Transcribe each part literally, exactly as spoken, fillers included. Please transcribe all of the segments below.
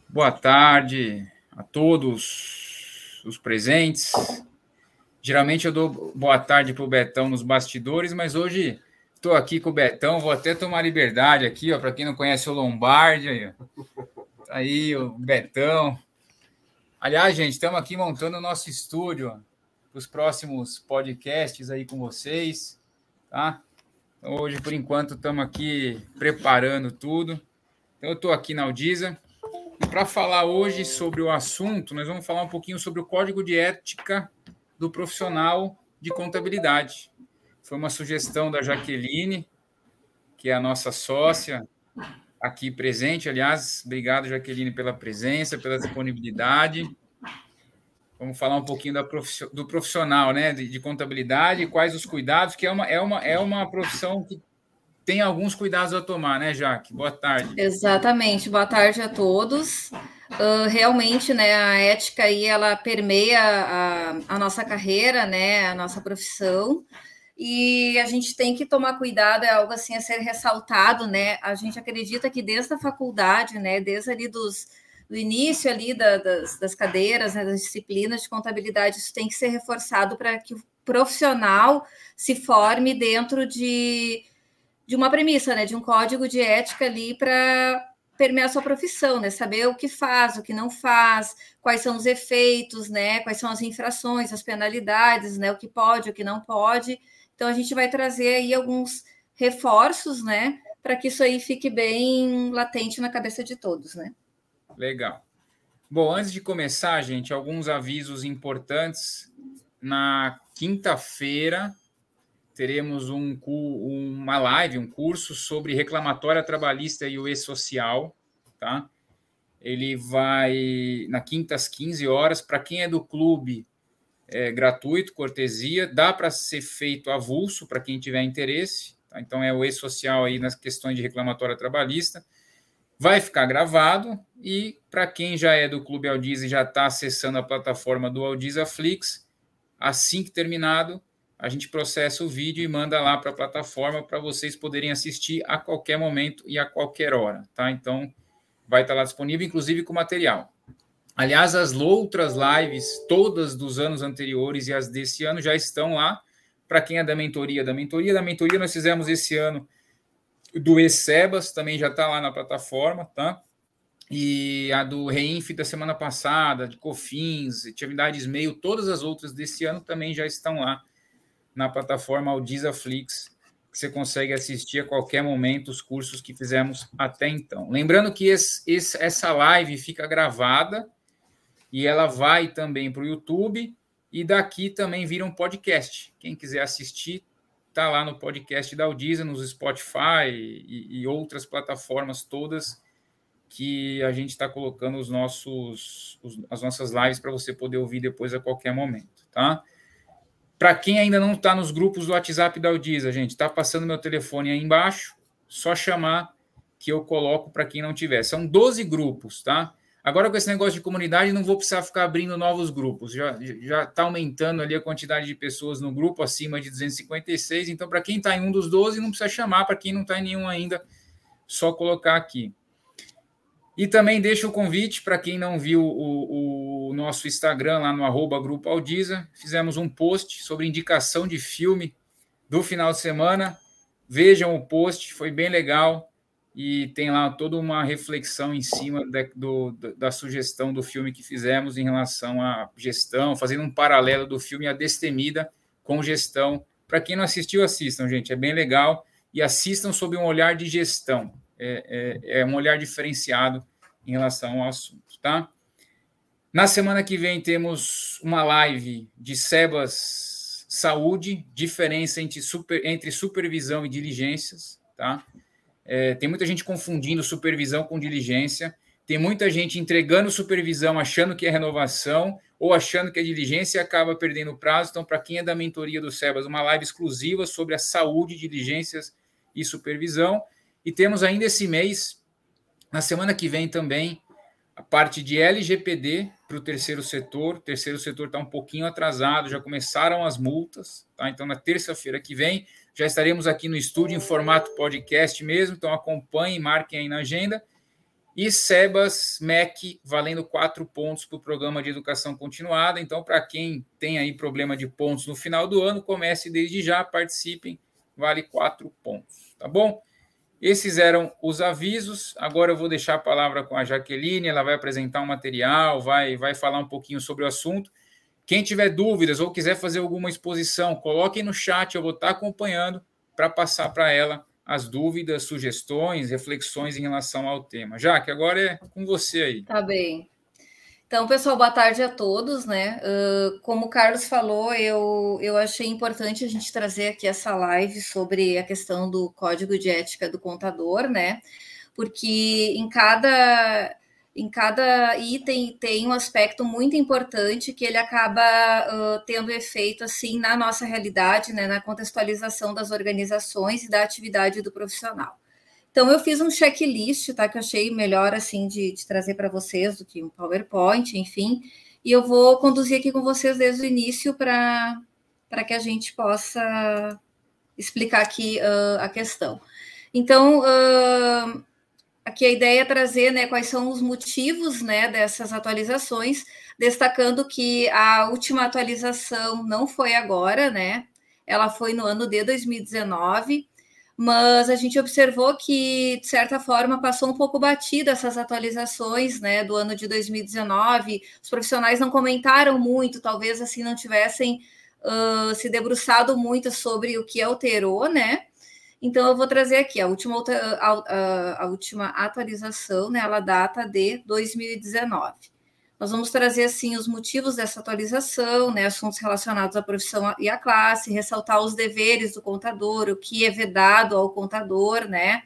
Boa tarde a todos os presentes. Geralmente eu dou boa tarde para o Betão nos bastidores, mas hoje estou aqui com o Betão, vou até tomar liberdade aqui, para quem não conhece o Lombardi, aí, tá aí o Betão. Aliás, gente, estamos aqui montando o nosso estúdio para os próximos podcasts aí com vocês, tá? Então, hoje, por enquanto, estamos aqui preparando tudo. Então, eu estou aqui na Audisa. Para falar hoje sobre o assunto, nós vamos falar um pouquinho sobre o Código de Ética do Profissional de Contabilidade. Foi uma sugestão da Jaqueline, que é a nossa sócia aqui presente. Aliás, obrigado, Jaqueline, pela presença, pela disponibilidade. Vamos falar um pouquinho da profiss... do profissional, né, de, de contabilidade, quais os cuidados, que é uma, é, uma, é uma profissão que tem alguns cuidados a tomar, né, Jaque? Boa tarde. Exatamente, boa tarde a todos. Uh, realmente, né, a ética aí, ela permeia a, a nossa carreira, né, a nossa profissão, e a gente tem que tomar cuidado, é algo assim a ser ressaltado, né, a gente acredita que desde a faculdade, né, desde ali dos, do início ali da, das, das cadeiras, né, das disciplinas de contabilidade, isso tem que ser reforçado para que o profissional se forme dentro de de uma premissa, né, de um código de ética ali para permear a sua profissão, né, saber o que faz, o que não faz, quais são os efeitos, né, quais são as infrações, as penalidades, né, o que pode, o que não pode. Então a gente vai trazer aí alguns reforços, né, para que isso aí fique bem latente na cabeça de todos, né? Legal. Bom, antes de começar, gente, alguns avisos importantes. Na quinta-feira teremos um, uma live, um curso sobre reclamatória trabalhista e o e-social, tá? Ele vai na quinta às quinze horas. Para quem é do clube, é gratuito, cortesia. Dá para ser feito avulso para quem tiver interesse. Tá? Então, é o e-social aí nas questões de reclamatória trabalhista. Vai ficar gravado e para quem já é do Clube Audisa e já está acessando a plataforma do Audisa Flix, assim que terminado, a gente processa o vídeo e manda lá para a plataforma para vocês poderem assistir a qualquer momento e a qualquer hora, tá? Então, vai estar lá disponível, inclusive com material. Aliás, as outras lives, todas dos anos anteriores e as desse ano, já estão lá. Para quem é da mentoria, da mentoria, da mentoria nós fizemos esse ano do E-Sebas, também já está lá na plataforma, tá? E a do Reinf da semana passada, de Cofins, atividades meio, todas as outras desse ano também já estão lá na plataforma Audisa Flix, que você consegue assistir a qualquer momento os cursos que fizemos até então. Lembrando que esse, esse, essa live fica gravada e ela vai também para o YouTube e daqui também vira um podcast. Quem quiser assistir, está lá no podcast da Audisa, nos Spotify e, e outras plataformas todas que a gente está colocando os nossos, os, as nossas lives para você poder ouvir depois a qualquer momento, tá? Para quem ainda não está nos grupos do WhatsApp da Audisa, gente, está passando meu telefone aí embaixo, só chamar que eu coloco para quem não tiver. São doze grupos, tá? Agora, com esse negócio de comunidade, não vou precisar ficar abrindo novos grupos. Já já está aumentando ali a quantidade de pessoas no grupo, acima de duzentos e cinquenta e seis. Então, para quem está em um dos doze, não precisa chamar. Para quem não está em nenhum ainda, só colocar aqui. E também deixo o convite para quem não viu o, o nosso Instagram lá no arroba Grupo Audisa. Fizemos um post sobre indicação de filme do final de semana. Vejam o post, foi bem legal. E tem lá toda uma reflexão em cima da, do, da sugestão do filme que fizemos em relação à gestão, fazendo um paralelo do filme A Destemida com gestão. Para quem não assistiu, assistam, gente, é bem legal. E assistam sob um olhar de gestão. É, é, é um olhar diferenciado em relação ao assunto, tá? Na semana que vem temos uma live de Sebas Saúde, diferença entre, super, entre supervisão e diligências, tá? É, tem muita gente confundindo supervisão com diligência, tem muita gente entregando supervisão achando que é renovação ou achando que é diligência e acaba perdendo o prazo. Então, para quem é da mentoria do Sebas, uma live exclusiva sobre a saúde, diligências e supervisão. E temos ainda esse mês, na semana que vem também, a parte de L G P D para o terceiro setor. O terceiro setor está um pouquinho atrasado, já começaram as multas, tá? Então, na terça-feira que vem, já estaremos aqui no estúdio em formato podcast mesmo, então acompanhem, marquem aí na agenda. E SEBAS M E C, valendo quatro pontos para o programa de educação continuada. Então, para quem tem aí problema de pontos no final do ano, comece desde já, participem, vale quatro pontos, tá bom? Esses eram os avisos. Agora eu vou deixar a palavra com a Jaqueline, ela vai apresentar um material, vai, vai falar um pouquinho sobre o assunto. Quem tiver dúvidas ou quiser fazer alguma exposição, coloquem no chat, eu vou estar acompanhando para passar para ela as dúvidas, sugestões, reflexões em relação ao tema. Jaque, agora é com você aí. Tá bem. Então, pessoal, boa tarde a todos, né? Uh, como o Carlos falou, eu, eu achei importante a gente trazer aqui essa live sobre a questão do código de ética do contador, né? Porque em cada, em cada item tem um aspecto muito importante que ele acaba uh, tendo efeito, assim, na nossa realidade, né? Na contextualização das organizações e da atividade do profissional. Então, eu fiz um checklist, tá? Que eu achei melhor, assim, de, de trazer para vocês do que um PowerPoint, enfim. E eu vou conduzir aqui com vocês desde o início para que a gente possa explicar aqui uh, a questão. Então, uh, aqui a ideia é trazer, né, quais são os motivos, né, dessas atualizações, destacando que a última atualização não foi agora, né? Ela foi no ano de dois mil e dezenove, mas a gente observou que, de certa forma, passou um pouco batido essas atualizações, né, do ano de dois mil e dezenove. Os profissionais não comentaram muito, talvez assim não tivessem uh, se debruçado muito sobre o que alterou, né? Então, eu vou trazer aqui a última, a, a, a última atualização, né? Ela data de dois mil e dezenove. Nós vamos trazer, assim, os motivos dessa atualização, né? Assuntos relacionados à profissão e à classe, ressaltar os deveres do contador, o que é vedado ao contador, né?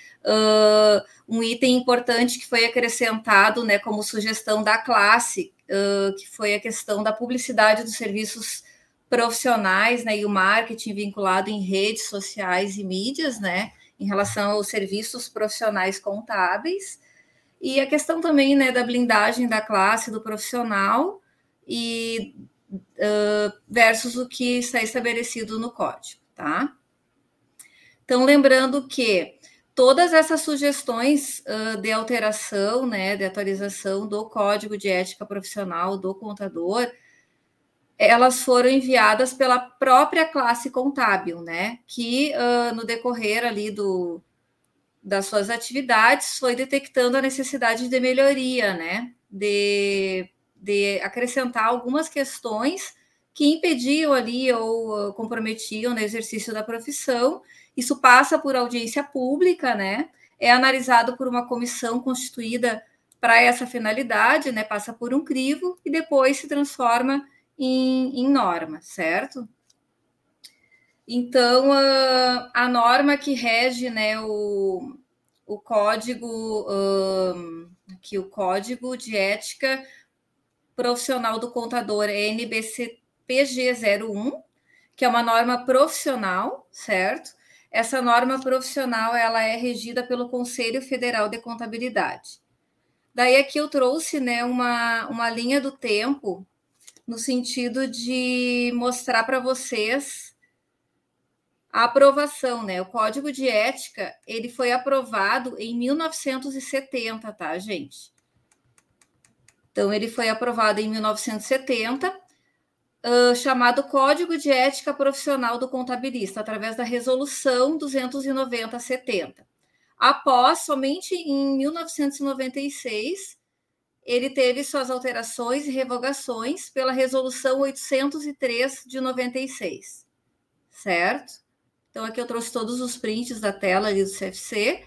Uh, um item importante que foi acrescentado, né, como sugestão da classe, uh, que foi a questão da publicidade dos serviços profissionais, né, e o marketing vinculado em redes sociais e mídias, né, em relação aos serviços profissionais contábeis. E a questão também, né, da blindagem da classe, do profissional, e uh, versus o que está estabelecido no código, tá? Então, lembrando que todas essas sugestões uh, de alteração, né, de atualização do Código de Ética Profissional do contador, elas foram enviadas pela própria classe contábil, né, que uh, no decorrer ali do das suas atividades, foi detectando a necessidade de melhoria, né? De, de acrescentar algumas questões que impediam ali ou comprometiam no exercício da profissão. Isso passa por audiência pública, né? É analisado por uma comissão constituída para essa finalidade, né? Passa por um crivo e depois se transforma em, em norma, certo? Então, a, a norma que rege, né, o, o código, um, aqui, o Código de Ética Profissional do Contador é N B C P G zero um, que é uma norma profissional, certo? Essa norma profissional, ela é regida pelo Conselho Federal de Contabilidade. Daí aqui eu trouxe, né, uma, uma linha do tempo, no sentido de mostrar para vocês a aprovação, né? O Código de Ética, ele foi aprovado em mil novecentos e setenta, tá, gente? Então, ele foi aprovado em mil novecentos e setenta, uh, chamado Código de Ética Profissional do Contabilista, através da Resolução duzentos e noventa setenta. Após, somente em mil novecentos e noventa e seis, ele teve suas alterações e revogações pela Resolução oitocentos e três de noventa e seis, certo? Então, aqui eu trouxe todos os prints da tela ali do C F C.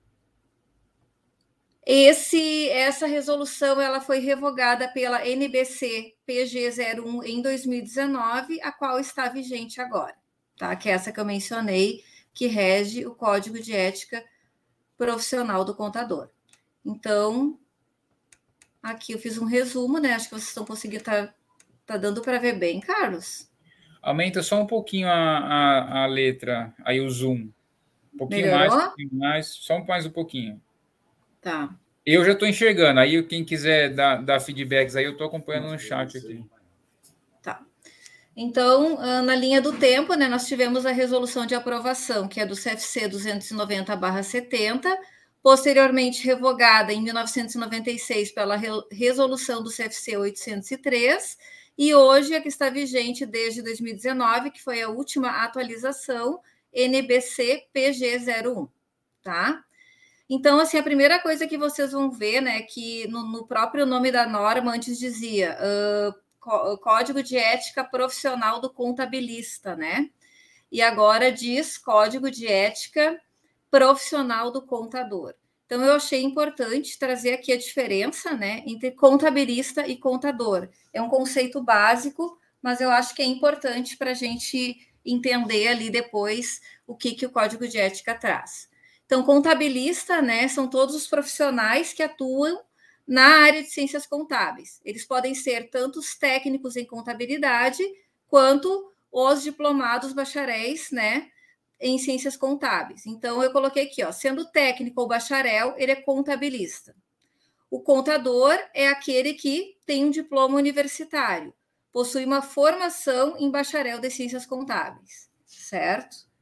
Esse, essa resolução ela foi revogada pela N B C P G zero um em dois mil e dezenove, a qual está vigente agora, tá? Que é essa que eu mencionei, que rege o Código de Ética Profissional do Contador. Então, aqui eu fiz um resumo, né? Acho que vocês estão conseguindo, tá, tá dando para ver bem, Carlos? Aumenta só um pouquinho a, a, a letra, aí o zoom. Um pouquinho Melhorou? mais, um pouquinho mais, só mais um pouquinho. Tá. Eu já estou enxergando, aí quem quiser dar, dar feedbacks aí, eu estou acompanhando no chat aqui. Tá. Então, na linha do tempo, né, nós tivemos a resolução de aprovação, que é do C F C duzentos e noventa barra setenta, posteriormente revogada em mil novecentos e noventa e seis pela resolução do C F C oitocentos e três, e hoje a que está vigente desde dois mil e dezenove, que foi a última atualização, N B C P G zero um, tá? Então, assim, a primeira coisa que vocês vão ver, né, que no, no próprio nome da norma antes dizia uh, Código de Ética Profissional do Contabilista, né? E agora diz Código de Ética Profissional do Contador. Então, eu achei importante trazer aqui a diferença, né, entre contabilista e contador. É um conceito básico, mas eu acho que é importante para a gente entender ali depois o que, que o Código de Ética traz. Então, contabilista, né, são todos os profissionais que atuam na área de ciências contábeis. Eles podem ser tanto os técnicos em contabilidade, quanto os diplomados bacharéis, né, em ciências contábeis. Então, eu coloquei aqui, ó, sendo técnico ou bacharel, ele é contabilista. O contador é aquele que tem um diploma universitário, possui uma formação em bacharel de ciências contábeis, certo?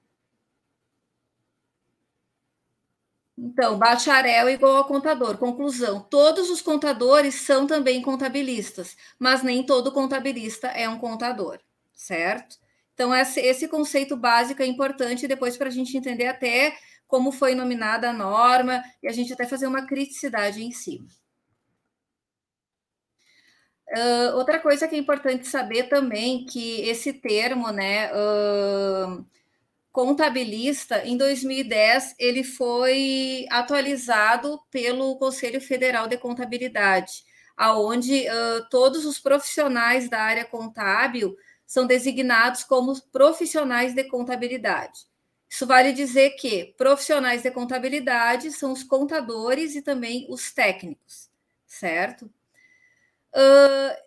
Então, bacharel igual a contador. Conclusão: todos os contadores são também contabilistas, mas nem todo contabilista é um contador, certo? Então, esse conceito básico é importante depois para a gente entender até como foi nominada a norma e a gente até fazer uma criticidade em cima. Uh, outra coisa que é importante saber também, que esse termo, né, uh, contabilista, em dois mil e dez, ele foi atualizado pelo Conselho Federal de Contabilidade, aonde uh, todos os profissionais da área contábil são designados como profissionais de contabilidade. Isso vale dizer que profissionais de contabilidade são os contadores e também os técnicos, certo? Uh,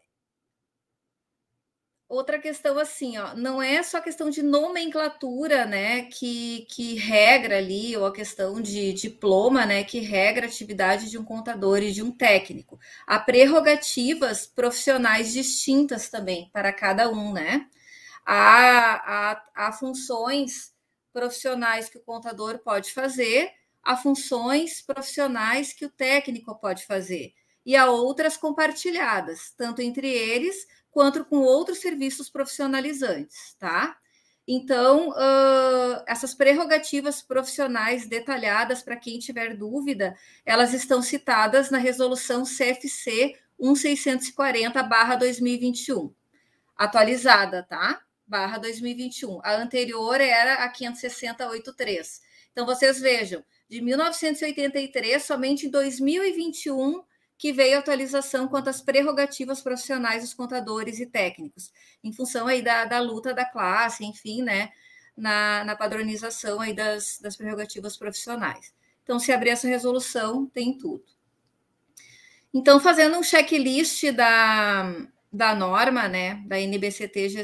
Outra questão assim, ó, não é só questão de nomenclatura, né, que, que regra ali, ou a questão de diploma, né, que regra a atividade de um contador e de um técnico. Há prerrogativas profissionais distintas também para cada um, né? Há, há, há funções profissionais que o contador pode fazer, há funções profissionais que o técnico pode fazer, e há outras compartilhadas, tanto entre eles quanto com outros serviços profissionalizantes, tá? Então, uh, essas prerrogativas profissionais detalhadas, para quem tiver dúvida, elas estão citadas na resolução C F C mil seiscentos e quarenta barra dois mil e vinte e um, atualizada, tá? Barra dois mil e vinte e um. A anterior era a quinhentos e sessenta ponto oitenta e três. Então, vocês vejam, de mil novecentos e oitenta e três, somente em dois mil e vinte e um, que veio a atualização quanto às prerrogativas profissionais dos contadores e técnicos, em função aí da, da luta da classe, enfim, né, na, na padronização aí das, das prerrogativas profissionais. Então, se abrir essa resolução, tem tudo. Então, fazendo um checklist da, da norma, né, da N B C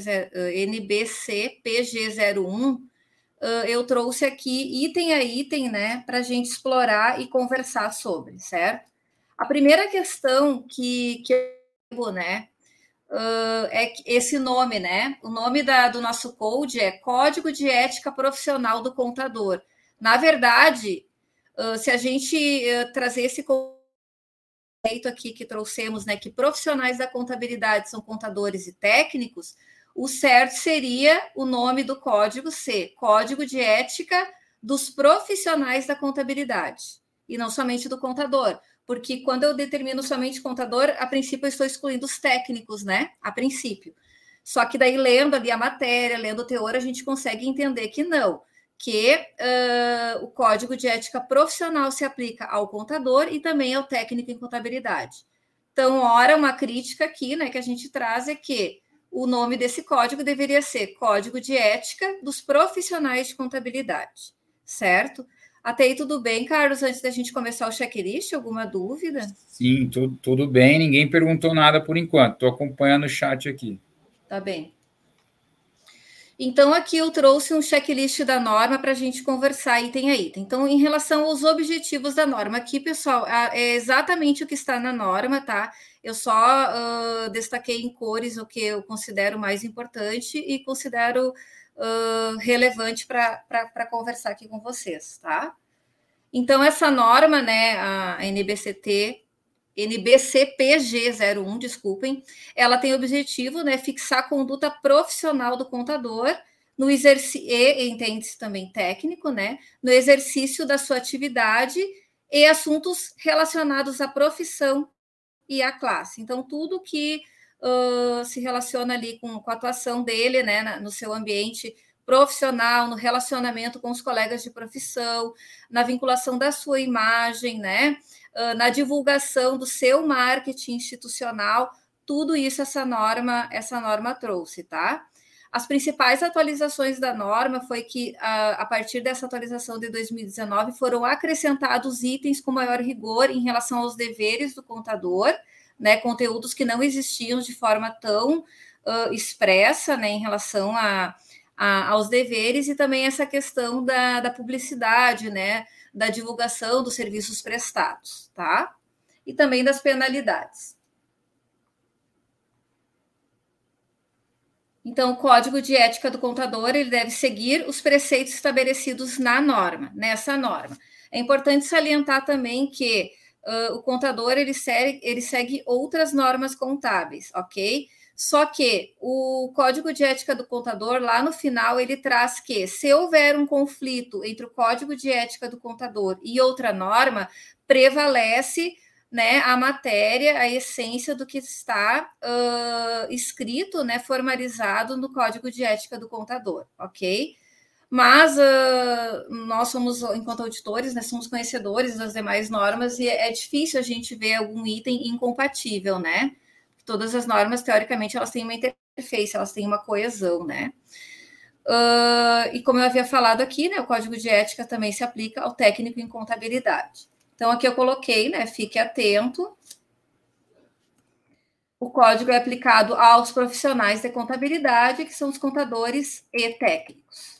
P G zero um, eu trouxe aqui item a item, né, para a gente explorar e conversar sobre, certo? A primeira questão que, que eu, né, uh, é esse nome, né? O nome da, do nosso code é Código de Ética Profissional do Contador. Na verdade, uh, se a gente uh, trazer esse conceito aqui que trouxemos, né, que profissionais da contabilidade são contadores e técnicos, o certo seria o nome do código ser Código de Ética dos Profissionais da Contabilidade, e não somente do contador. Porque quando eu determino somente contador, a princípio eu estou excluindo os técnicos, né? A princípio. Só que daí, lendo ali a matéria, lendo o teor, a gente consegue entender que não, que uh, o Código de Ética Profissional se aplica ao contador e também ao técnico em contabilidade. Então, ora, uma crítica aqui, né, que a gente traz é que o nome desse código deveria ser Código de Ética dos Profissionais de Contabilidade, certo? Até aí tudo bem, Carlos? Antes da gente começar o checklist, alguma dúvida? Sim, tudo, tudo bem. Ninguém perguntou nada por enquanto. Estou acompanhando o chat aqui. Tá bem. Então, aqui eu trouxe um checklist da norma para a gente conversar item a item. Então, em relação aos objetivos da norma, aqui, pessoal, é exatamente o que está na norma, tá? Eu só uh, destaquei em cores o que eu considero mais importante e considero uh, relevante para conversar aqui com vocês, tá? Então, essa norma, né, a N B C T, N B C P G zero um, desculpem, ela tem o objetivo, né, fixar a conduta profissional do contador no exercício, e entende-se também técnico, né, no exercício da sua atividade e assuntos relacionados à profissão e à classe. Então, tudo que uh, se relaciona ali com, com a atuação dele, né, na, no seu ambiente profissional, no relacionamento com os colegas de profissão, na vinculação da sua imagem, né, uh, na divulgação do seu marketing institucional, tudo isso essa norma, essa norma trouxe, tá? As principais atualizações da norma foi que, a, a partir dessa atualização de dois mil e dezenove, foram acrescentados itens com maior rigor em relação aos deveres do contador, né, conteúdos que não existiam de forma tão uh, expressa, né, em relação a, a, aos deveres, e também essa questão da, da publicidade, né, da divulgação dos serviços prestados, tá? E também das penalidades. Então, o Código de Ética do Contador, ele deve seguir os preceitos estabelecidos na norma, nessa norma. É importante salientar também que uh, o contador, ele segue, ele segue outras normas contábeis, ok? Só que o Código de Ética do Contador, lá no final, ele traz que, se houver um conflito entre o Código de Ética do Contador e outra norma, prevalece, né, a matéria, a essência do que está uh, escrito, né, formalizado no Código de Ética do Contador, ok? Mas uh, nós somos, enquanto auditores, né, somos conhecedores das demais normas e é difícil a gente ver algum item incompatível, né? Todas as normas, teoricamente, elas têm uma interface, elas têm uma coesão, né? Uh, e como eu havia falado aqui, né, o Código de Ética também se aplica ao técnico em contabilidade. Então, aqui eu coloquei, né, fique atento. O código é aplicado aos profissionais de contabilidade, que são os contadores e técnicos.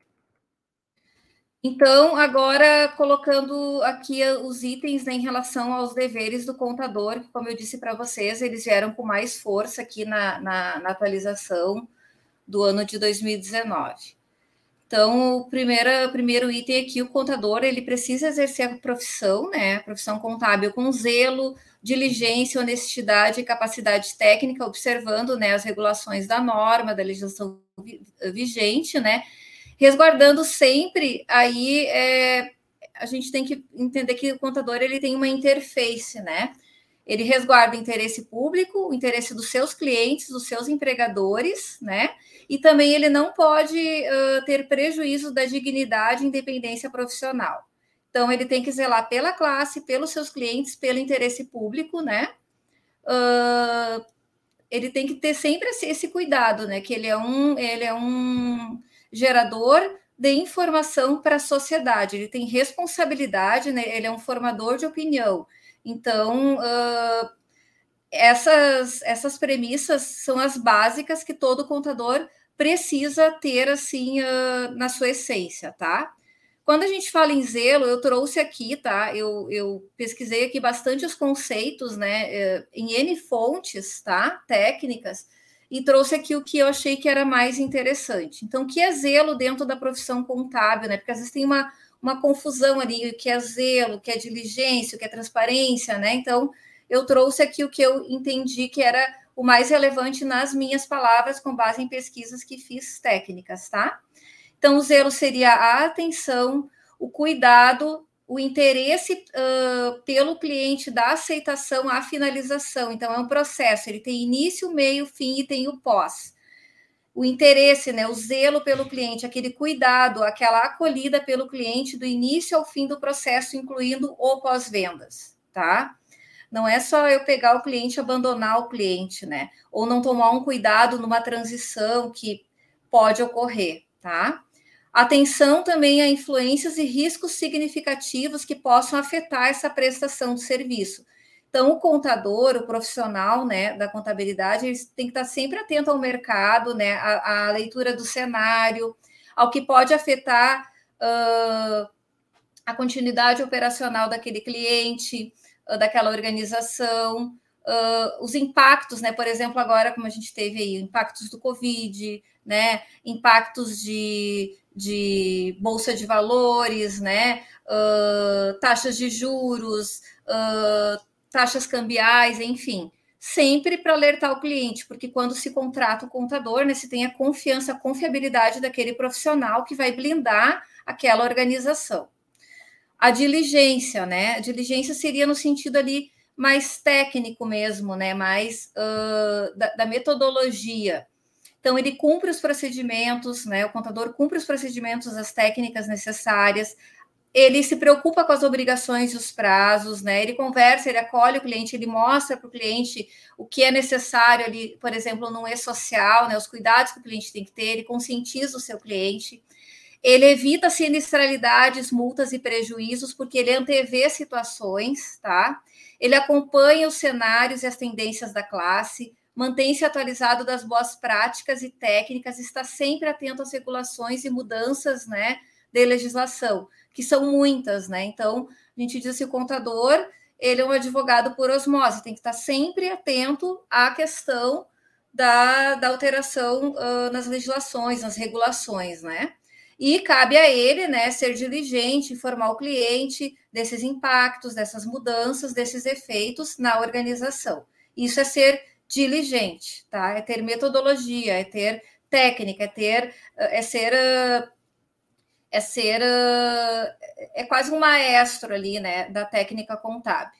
Então, agora, colocando aqui os itens, né, em relação aos deveres do contador, que, como eu disse para vocês, eles vieram com mais força aqui na, na, na atualização do ano de dois mil e dezenove. Então, o primeiro, o primeiro item aqui, o contador, ele precisa exercer a profissão, né, a profissão contábil com zelo, diligência, honestidade e capacidade técnica, observando, né, as regulações da norma, da legislação vigente, né, resguardando sempre aí, é, a gente tem que entender que o contador, ele tem uma interface, né, ele resguarda o interesse público, o interesse dos seus clientes, dos seus empregadores, né? E também ele não pode uh, ter prejuízo da dignidade e independência profissional. Então, ele tem que zelar pela classe, pelos seus clientes, pelo interesse público, né? Uh, ele tem que ter sempre esse, esse cuidado, né? Que ele é um, ele é um gerador de informação para a sociedade, ele tem responsabilidade, né? Ele é um formador de opinião. Então, uh, essas, essas premissas são as básicas que todo contador precisa ter, assim, uh, na sua essência, tá? Quando a gente fala em zelo, eu trouxe aqui, tá? Eu, eu pesquisei aqui bastante os conceitos, né? Em N fontes, tá? Técnicas, e trouxe aqui o que eu achei que era mais interessante. Então, o que é zelo dentro da profissão contábil, né? Porque às vezes tem uma uma confusão ali, o que é zelo, o que é diligência, o que é transparência, né? Então, eu trouxe aqui o que eu entendi que era o mais relevante nas minhas palavras, com base em pesquisas que fiz técnicas, tá? Então, o zelo seria a atenção, o cuidado, o interesse uh, pelo cliente da aceitação à finalização. Então, é um processo, ele tem início, meio, fim e tem o pós. O interesse, né, o zelo pelo cliente, aquele cuidado, aquela acolhida pelo cliente do início ao fim do processo, incluindo o pós-vendas, tá? Não é só eu pegar o cliente e abandonar o cliente, né? Ou não tomar um cuidado numa transição que pode ocorrer, tá? Atenção também a influências e riscos significativos que possam afetar essa prestação de serviço. Então, o contador, o profissional, né, da contabilidade, ele tem que estar sempre atento ao mercado, né, à, à leitura do cenário, ao que pode afetar uh, a continuidade operacional daquele cliente, uh, daquela organização, uh, os impactos, né, por exemplo, agora, como a gente teve aí, impactos do Covid, né, impactos de, de bolsa de valores, né? Uh, taxas de juros, uh, taxas cambiais, enfim, sempre para alertar o cliente, porque quando se contrata o contador, né, se tem a confiança, a confiabilidade daquele profissional que vai blindar aquela organização. A diligência, né? A diligência seria no sentido ali mais técnico mesmo, né? Mais uh, da, da metodologia. Então, ele cumpre os procedimentos, né? O contador cumpre os procedimentos, as técnicas necessárias, ele se preocupa com as obrigações e os prazos, né? Ele conversa, ele acolhe o cliente, ele mostra para o cliente o que é necessário ali, por exemplo, no e-social, né? Os cuidados que o cliente tem que ter, ele conscientiza o seu cliente. Ele evita sinistralidades, multas e prejuízos, porque ele antevê situações, tá? Ele acompanha os cenários e as tendências da classe, mantém-se atualizado das boas práticas e técnicas, está sempre atento às regulações e mudanças, né, de legislação, que são muitas, né? Então, a gente diz que o contador, ele é um advogado por osmose, tem que estar sempre atento à questão da, da alteração uh, nas legislações, nas regulações, né? E cabe a ele, né, ser diligente, informar o cliente desses impactos, dessas mudanças, desses efeitos na organização. Isso é ser diligente, tá? É ter metodologia, é ter técnica, é ter, é ser, é ser, é quase um maestro ali, né, da técnica contábil.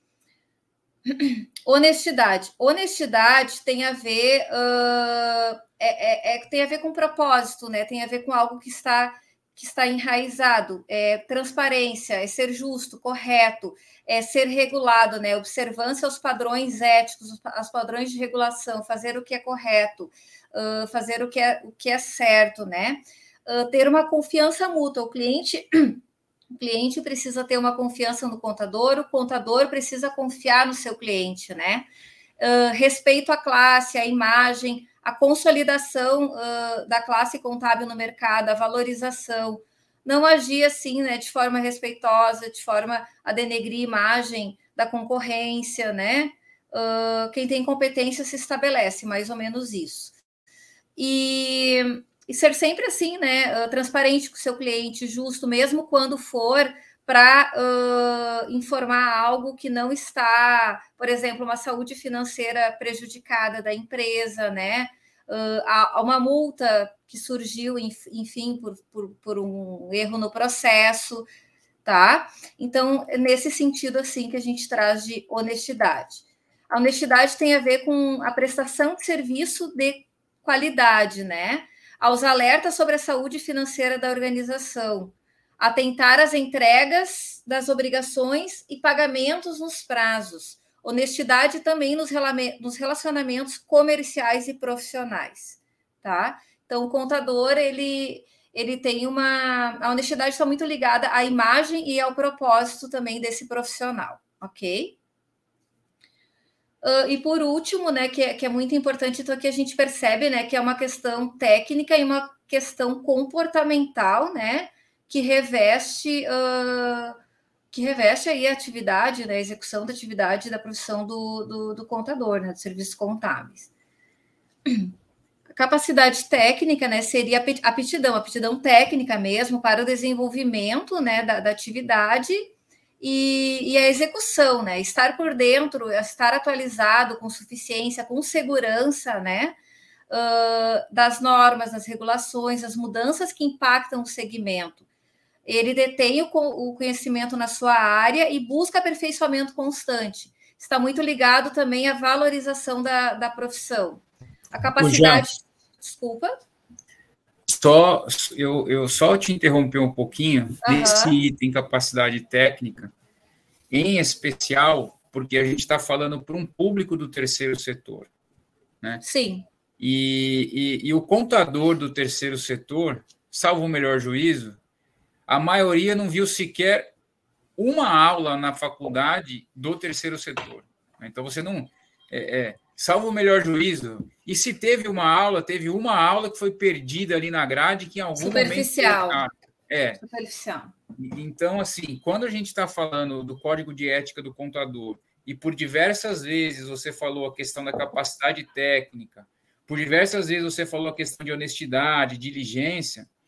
Honestidade. Honestidade tem a ver, uh, é, é, é, tem a ver com propósito, né? Tem a ver com algo que está, que está enraizado. É transparência, é ser justo, correto, é ser regulado, né? Observância aos padrões éticos, aos padrões de regulação, fazer o que é correto, uh, fazer o que é, o que é certo, né? Uh, ter uma confiança mútua. O cliente... O cliente precisa ter uma confiança no contador, o contador precisa confiar no seu cliente, né? Uh, respeito à classe, à imagem, a consolidação uh, da classe contábil no mercado, a valorização. Não agir assim, né, de forma respeitosa, de forma a denegrir a imagem da concorrência, né? Uh, quem tem competência se estabelece, mais ou menos isso. E... E ser sempre assim, né? Uh, transparente com o seu cliente, justo, mesmo quando for para uh, informar algo que não está, por exemplo, uma saúde financeira prejudicada da empresa, né? Uh, há uma multa que surgiu, enfim, por, por, por um erro no processo, tá? Então, é nesse sentido, assim, que a gente traz de honestidade. A honestidade tem a ver com a prestação de serviço de qualidade, né? Aos alertas sobre a saúde financeira da organização, atentar às entregas das obrigações e pagamentos nos prazos, honestidade também nos relacionamentos comerciais e profissionais, tá? Então, o contador, ele, ele tem uma... A honestidade está muito ligada à imagem e ao propósito também desse profissional, ok? Uh, e por último, né, que é, que é muito importante, então aqui a gente percebe, né, que é uma questão técnica e uma questão comportamental, né, que reveste, uh, que reveste aí a atividade, né, a execução da atividade da profissão do, do, do contador, né, dos serviços contábeis. A capacidade técnica, né, seria a aptidão, a aptidão técnica mesmo para o desenvolvimento, né, da, da atividade. E, e a execução, né? Estar por dentro, estar atualizado com suficiência, com segurança, né? Uh, das normas, das regulações, as mudanças que impactam o segmento. Ele detém o, o conhecimento na sua área e busca aperfeiçoamento constante. Está muito ligado também à valorização da, da profissão. A capacidade... Desculpa. Só, eu, eu só te interromper um pouquinho uhum. nesse item capacidade técnica, em especial porque a gente está falando para um público do terceiro setor, né? Sim. E, e, e o contador do terceiro setor, salvo o melhor juízo, a maioria não viu sequer uma aula na faculdade do terceiro setor. Então, você não... É, é, salvo o melhor juízo. E se teve uma aula, teve uma aula que foi perdida ali na grade, que em algum Superficial. momento... É. Superficial. Então, assim, quando a gente está falando do Código de Ética do Contador, e por diversas vezes você falou a questão da capacidade técnica, por diversas vezes você falou a questão de honestidade, diligência,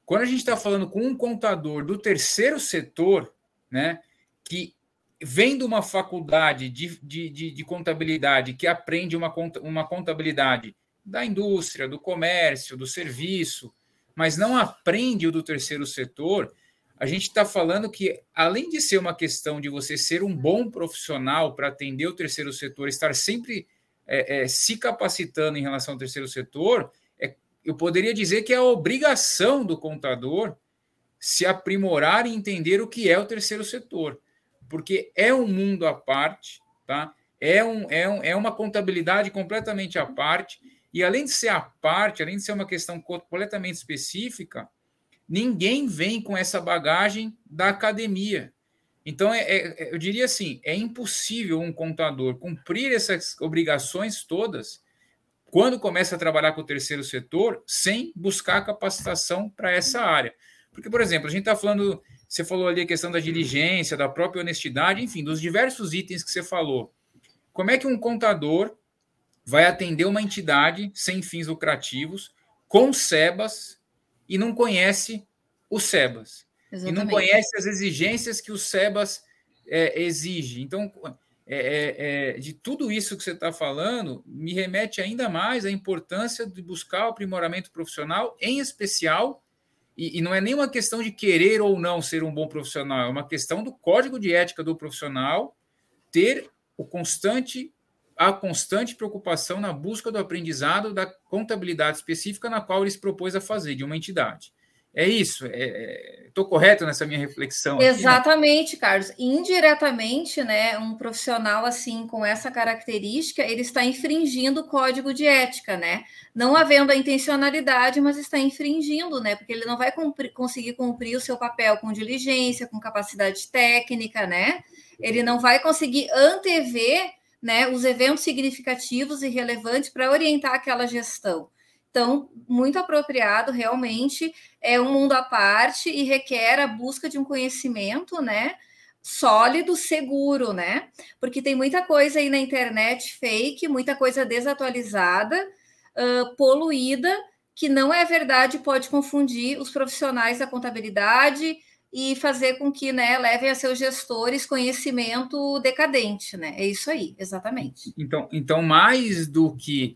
Quando a gente está falando com um contador do terceiro setor, né, que vem de uma faculdade de, de, de, de contabilidade, que aprende uma, uma contabilidade da indústria, do comércio, do serviço, mas não aprende o do terceiro setor, a gente está falando que, além de ser uma questão de você ser um bom profissional para atender o terceiro setor, estar sempre é, é, se capacitando em relação ao terceiro setor, é, eu poderia dizer que é a obrigação do contador se aprimorar e entender o que é o terceiro setor, porque é um mundo à parte, tá? É, um, é, um, é uma contabilidade completamente à parte, e além de ser à parte, além de ser uma questão completamente específica, ninguém vem com essa bagagem da academia. Então, é, é, eu diria assim, é impossível um contador cumprir essas obrigações todas quando começa a trabalhar com o terceiro setor sem buscar capacitação para essa área. Porque, por exemplo, a gente está falando, você falou ali a questão da diligência, da própria honestidade, enfim, dos diversos itens que você falou. Como é que um contador vai atender uma entidade sem fins lucrativos, com SEBAS, e não conhece o SEBAS? Exatamente. E não conhece as exigências que o SEBAS é, exige. Então, é, é, é, de tudo isso que você está falando, me remete ainda mais à importância de buscar o aprimoramento profissional, em especial, e, e não é nem uma questão de querer ou não ser um bom profissional, é uma questão do código de ética do profissional ter o constante, a constante preocupação na busca do aprendizado da contabilidade específica na qual ele se propôs a fazer, de uma entidade. É isso? Estou é, correto nessa minha reflexão? Exatamente, aqui, né? Carlos. Indiretamente, né, um profissional assim com essa característica, ele está infringindo o código de ética, né? Não havendo a intencionalidade, mas está infringindo, né? Porque ele não vai cumprir, conseguir cumprir o seu papel com diligência, com capacidade técnica, né? Ele não vai conseguir antever, né, os eventos significativos e relevantes para orientar aquela gestão. Então, muito apropriado, realmente, é um mundo à parte e requer a busca de um conhecimento, né, sólido, seguro, né? Porque tem muita coisa aí na internet fake, muita coisa desatualizada, uh, poluída, que não é verdade, pode confundir os profissionais da contabilidade e fazer com que, né, levem a seus gestores conhecimento decadente, né? É isso aí, exatamente. Então, então mais do que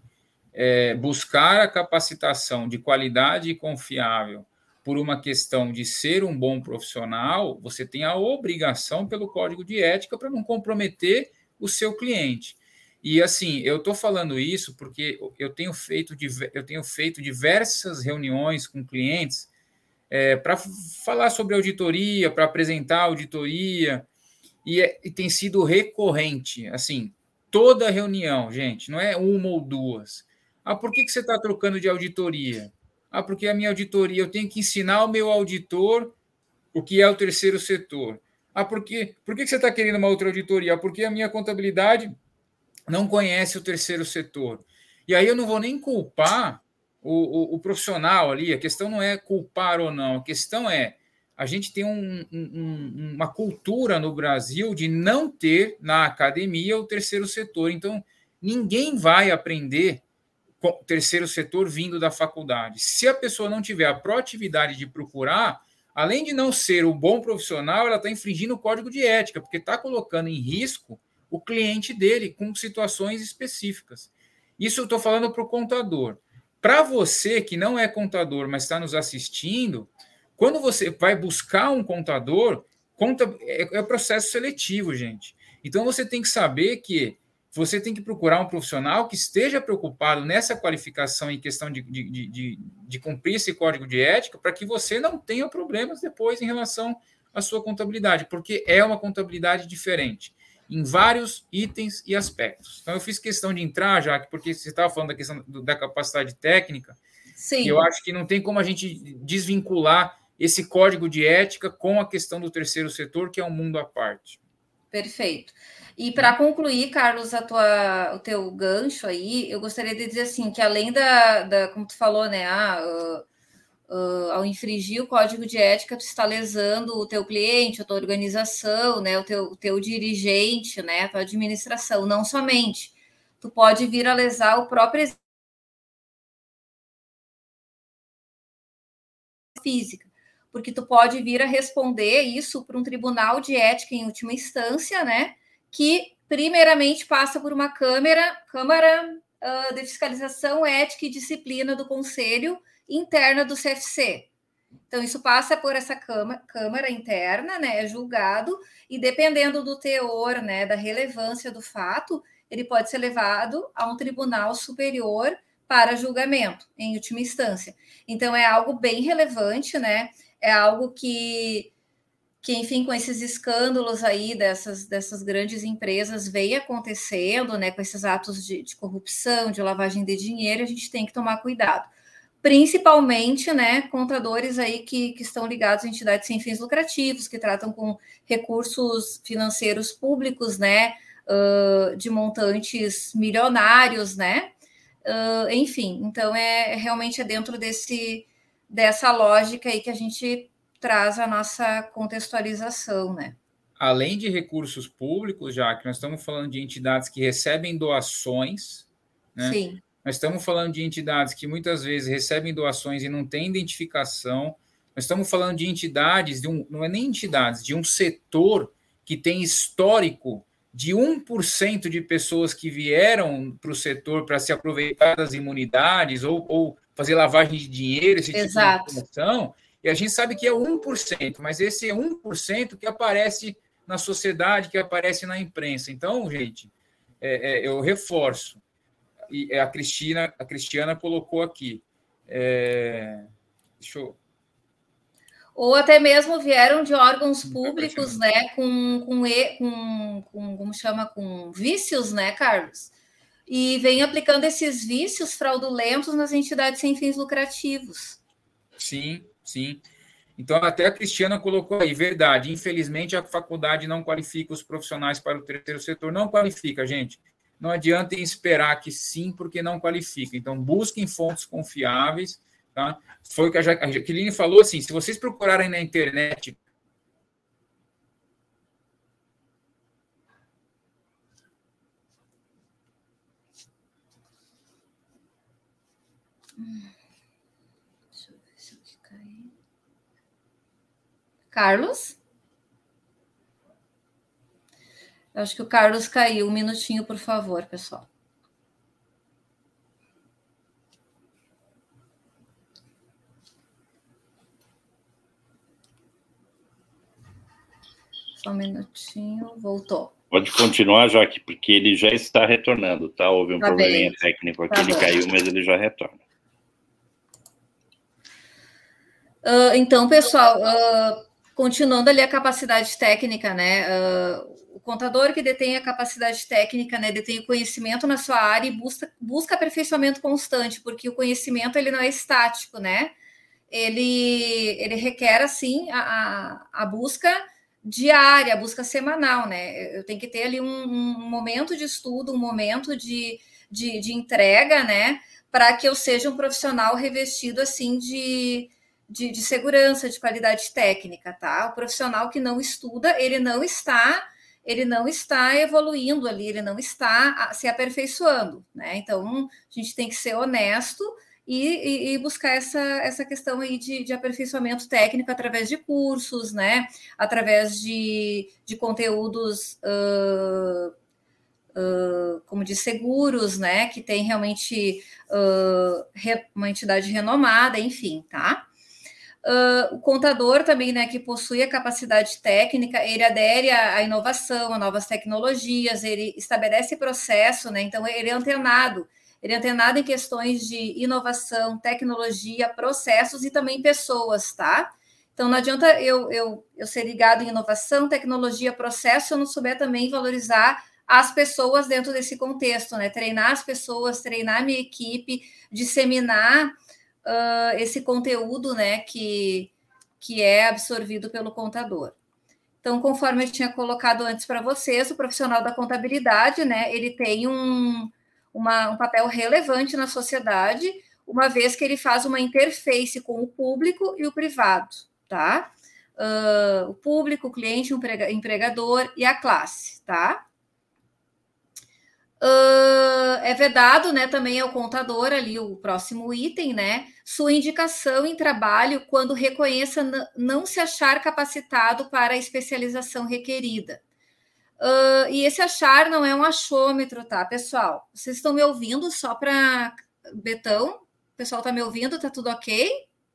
É, buscar a capacitação de qualidade e confiável por uma questão de ser um bom profissional, você tem a obrigação pelo código de ética para não comprometer o seu cliente. E assim, eu estou falando isso porque eu tenho feito, eu tenho feito diversas reuniões com clientes é, para falar sobre auditoria, para apresentar auditoria, e, é, e tem sido recorrente, assim, toda reunião, gente, não é uma ou duas. Ah, por que, que você está trocando de auditoria? Ah, porque a minha auditoria, eu tenho que ensinar o meu auditor o que é o terceiro setor. Ah, por, que, por que, que você está querendo uma outra auditoria? Ah, porque a minha contabilidade não conhece o terceiro setor. E aí eu não vou nem culpar o, o, o profissional ali, a questão não é culpar ou não, a questão é a gente tem um, um, uma cultura no Brasil de não ter na academia o terceiro setor. Então, ninguém vai aprender terceiro setor vindo da faculdade. Se a pessoa não tiver a proatividade de procurar, além de não ser um bom profissional, ela está infringindo o código de ética, porque está colocando em risco o cliente dele com situações específicas. Isso eu estou falando para o contador. Para você que não é contador, mas está nos assistindo, quando você vai buscar um contador, conta, é, é processo seletivo, gente. Então você tem que saber que você tem que procurar um profissional que esteja preocupado nessa qualificação em questão de, de, de, de cumprir esse código de ética para que você não tenha problemas depois em relação à sua contabilidade, porque é uma contabilidade diferente em vários itens e aspectos. Então, eu fiz questão de entrar, já porque você estava falando da questão da capacidade técnica, Sim. E eu acho que não tem como a gente desvincular esse código de ética com a questão do terceiro setor, que é um mundo à parte. Perfeito. E para concluir, Carlos, a tua, o teu gancho aí, eu gostaria de dizer assim, que além da, da como tu falou, né, ah, uh, uh, ao infringir o código de ética, tu está lesando o teu cliente, a tua organização, né, o teu, o teu dirigente, né, a tua administração, não somente. Tu pode vir a lesar o próprio física, porque tu pode vir a responder isso para um tribunal de ética em última instância, né? Que primeiramente passa por uma câmara, câmara uh, de fiscalização, ética e disciplina do Conselho interna do C F C. Então, isso passa por essa câmara, câmara interna, né? É julgado, e dependendo do teor, né, da relevância do fato, ele pode ser levado a um tribunal superior para julgamento, em última instância. Então, é algo bem relevante, né? É algo que, que enfim, com esses escândalos aí dessas, dessas grandes empresas vem acontecendo, né? Com esses atos de, de corrupção, de lavagem de dinheiro, a gente tem que tomar cuidado. Principalmente, né, contadores aí que, que estão ligados a entidades sem fins lucrativos, que tratam com recursos financeiros públicos, né, uh, de montantes milionários, né, uh, enfim, então é realmente é dentro desse, dessa lógica aí que a gente traz a nossa contextualização, né. Além de recursos públicos, já que nós estamos falando de entidades que recebem doações, né? Sim. Nós estamos falando de entidades que muitas vezes recebem doações e não têm identificação. Nós estamos falando de entidades, de um, não é nem entidades, de um setor que tem histórico de um por cento de pessoas que vieram para o setor para se aproveitar das imunidades ou, ou fazer lavagem de dinheiro, esse tipo Exato. de situação. E a gente sabe que é um por cento, mas esse é um por cento que aparece na sociedade, que aparece na imprensa. Então, gente, é, é, eu reforço. E a Cristina, a Cristiana colocou aqui. É, deixa eu... Ou até mesmo vieram de órgãos públicos, né, com, com, com, com, como chama, com vícios, né, Carlos? E vem aplicando esses vícios fraudulentos nas entidades sem fins lucrativos. Sim, sim. Então, até a Cristiana colocou aí, verdade, infelizmente a faculdade não qualifica os profissionais para o terceiro setor. Não qualifica, gente. Não adianta esperar que sim, porque não qualifica. Então, busquem fontes confiáveis. Tá? Foi o que a Jaqueline falou, assim, se vocês procurarem na internet... Deixa eu ver se eu caí. Carlos? Eu acho que o Carlos caiu. Um minutinho, por favor, pessoal. Só um minutinho. Voltou. Pode continuar, Jaque, porque ele já está retornando, tá? Houve um tá probleminha bem. técnico aqui, tá ele bom. caiu, mas ele já retorna. Uh, então, pessoal, uh, continuando ali a capacidade técnica, né? Uh, o contador que detém a capacidade técnica, né, detém o conhecimento na sua área e busca, busca aperfeiçoamento constante, porque o conhecimento ele não é estático, né? Ele, ele requer, assim, a, a busca diária, a busca semanal, né? Eu tenho que ter ali um, um momento de estudo, um momento de, de, de entrega, né? Para que eu seja um profissional revestido, assim, de... De, de segurança, de qualidade técnica, tá? O profissional que não estuda, ele não está, ele não está evoluindo ali, ele não está se aperfeiçoando, né? Então, a gente tem que ser honesto e, e, e buscar essa, essa questão aí de, de aperfeiçoamento técnico através de cursos, né? Através de, de conteúdos uh, uh, como de seguros, né? Que tem realmente uh, re, uma entidade renomada, enfim, tá? Uh, o contador também, né, que possui a capacidade técnica, ele adere à, à inovação, a novas tecnologias, ele estabelece processo, né, então ele é antenado, ele é antenado em questões de inovação, tecnologia, processos e também pessoas, tá? Então não adianta eu, eu, eu ser ligado em inovação, tecnologia, processo, se eu não souber também valorizar as pessoas dentro desse contexto, né, treinar as pessoas, treinar a minha equipe, disseminar Uh, esse conteúdo, né, que, que é absorvido pelo contador. Então, conforme eu tinha colocado antes para vocês, o profissional da contabilidade, né, ele tem um, uma, um papel relevante na sociedade, uma vez que ele faz uma interface com o público e o privado, tá? Uh, o público, o cliente, o empregador e a classe, tá? Uh, é vedado, né, também ao contador ali o próximo item, né, sua indicação em trabalho quando reconheça não se achar capacitado para a especialização requerida. Uh, e esse achar não é um achômetro, tá, pessoal? Vocês estão me ouvindo só para Betão? O pessoal está me ouvindo? Tá tudo ok?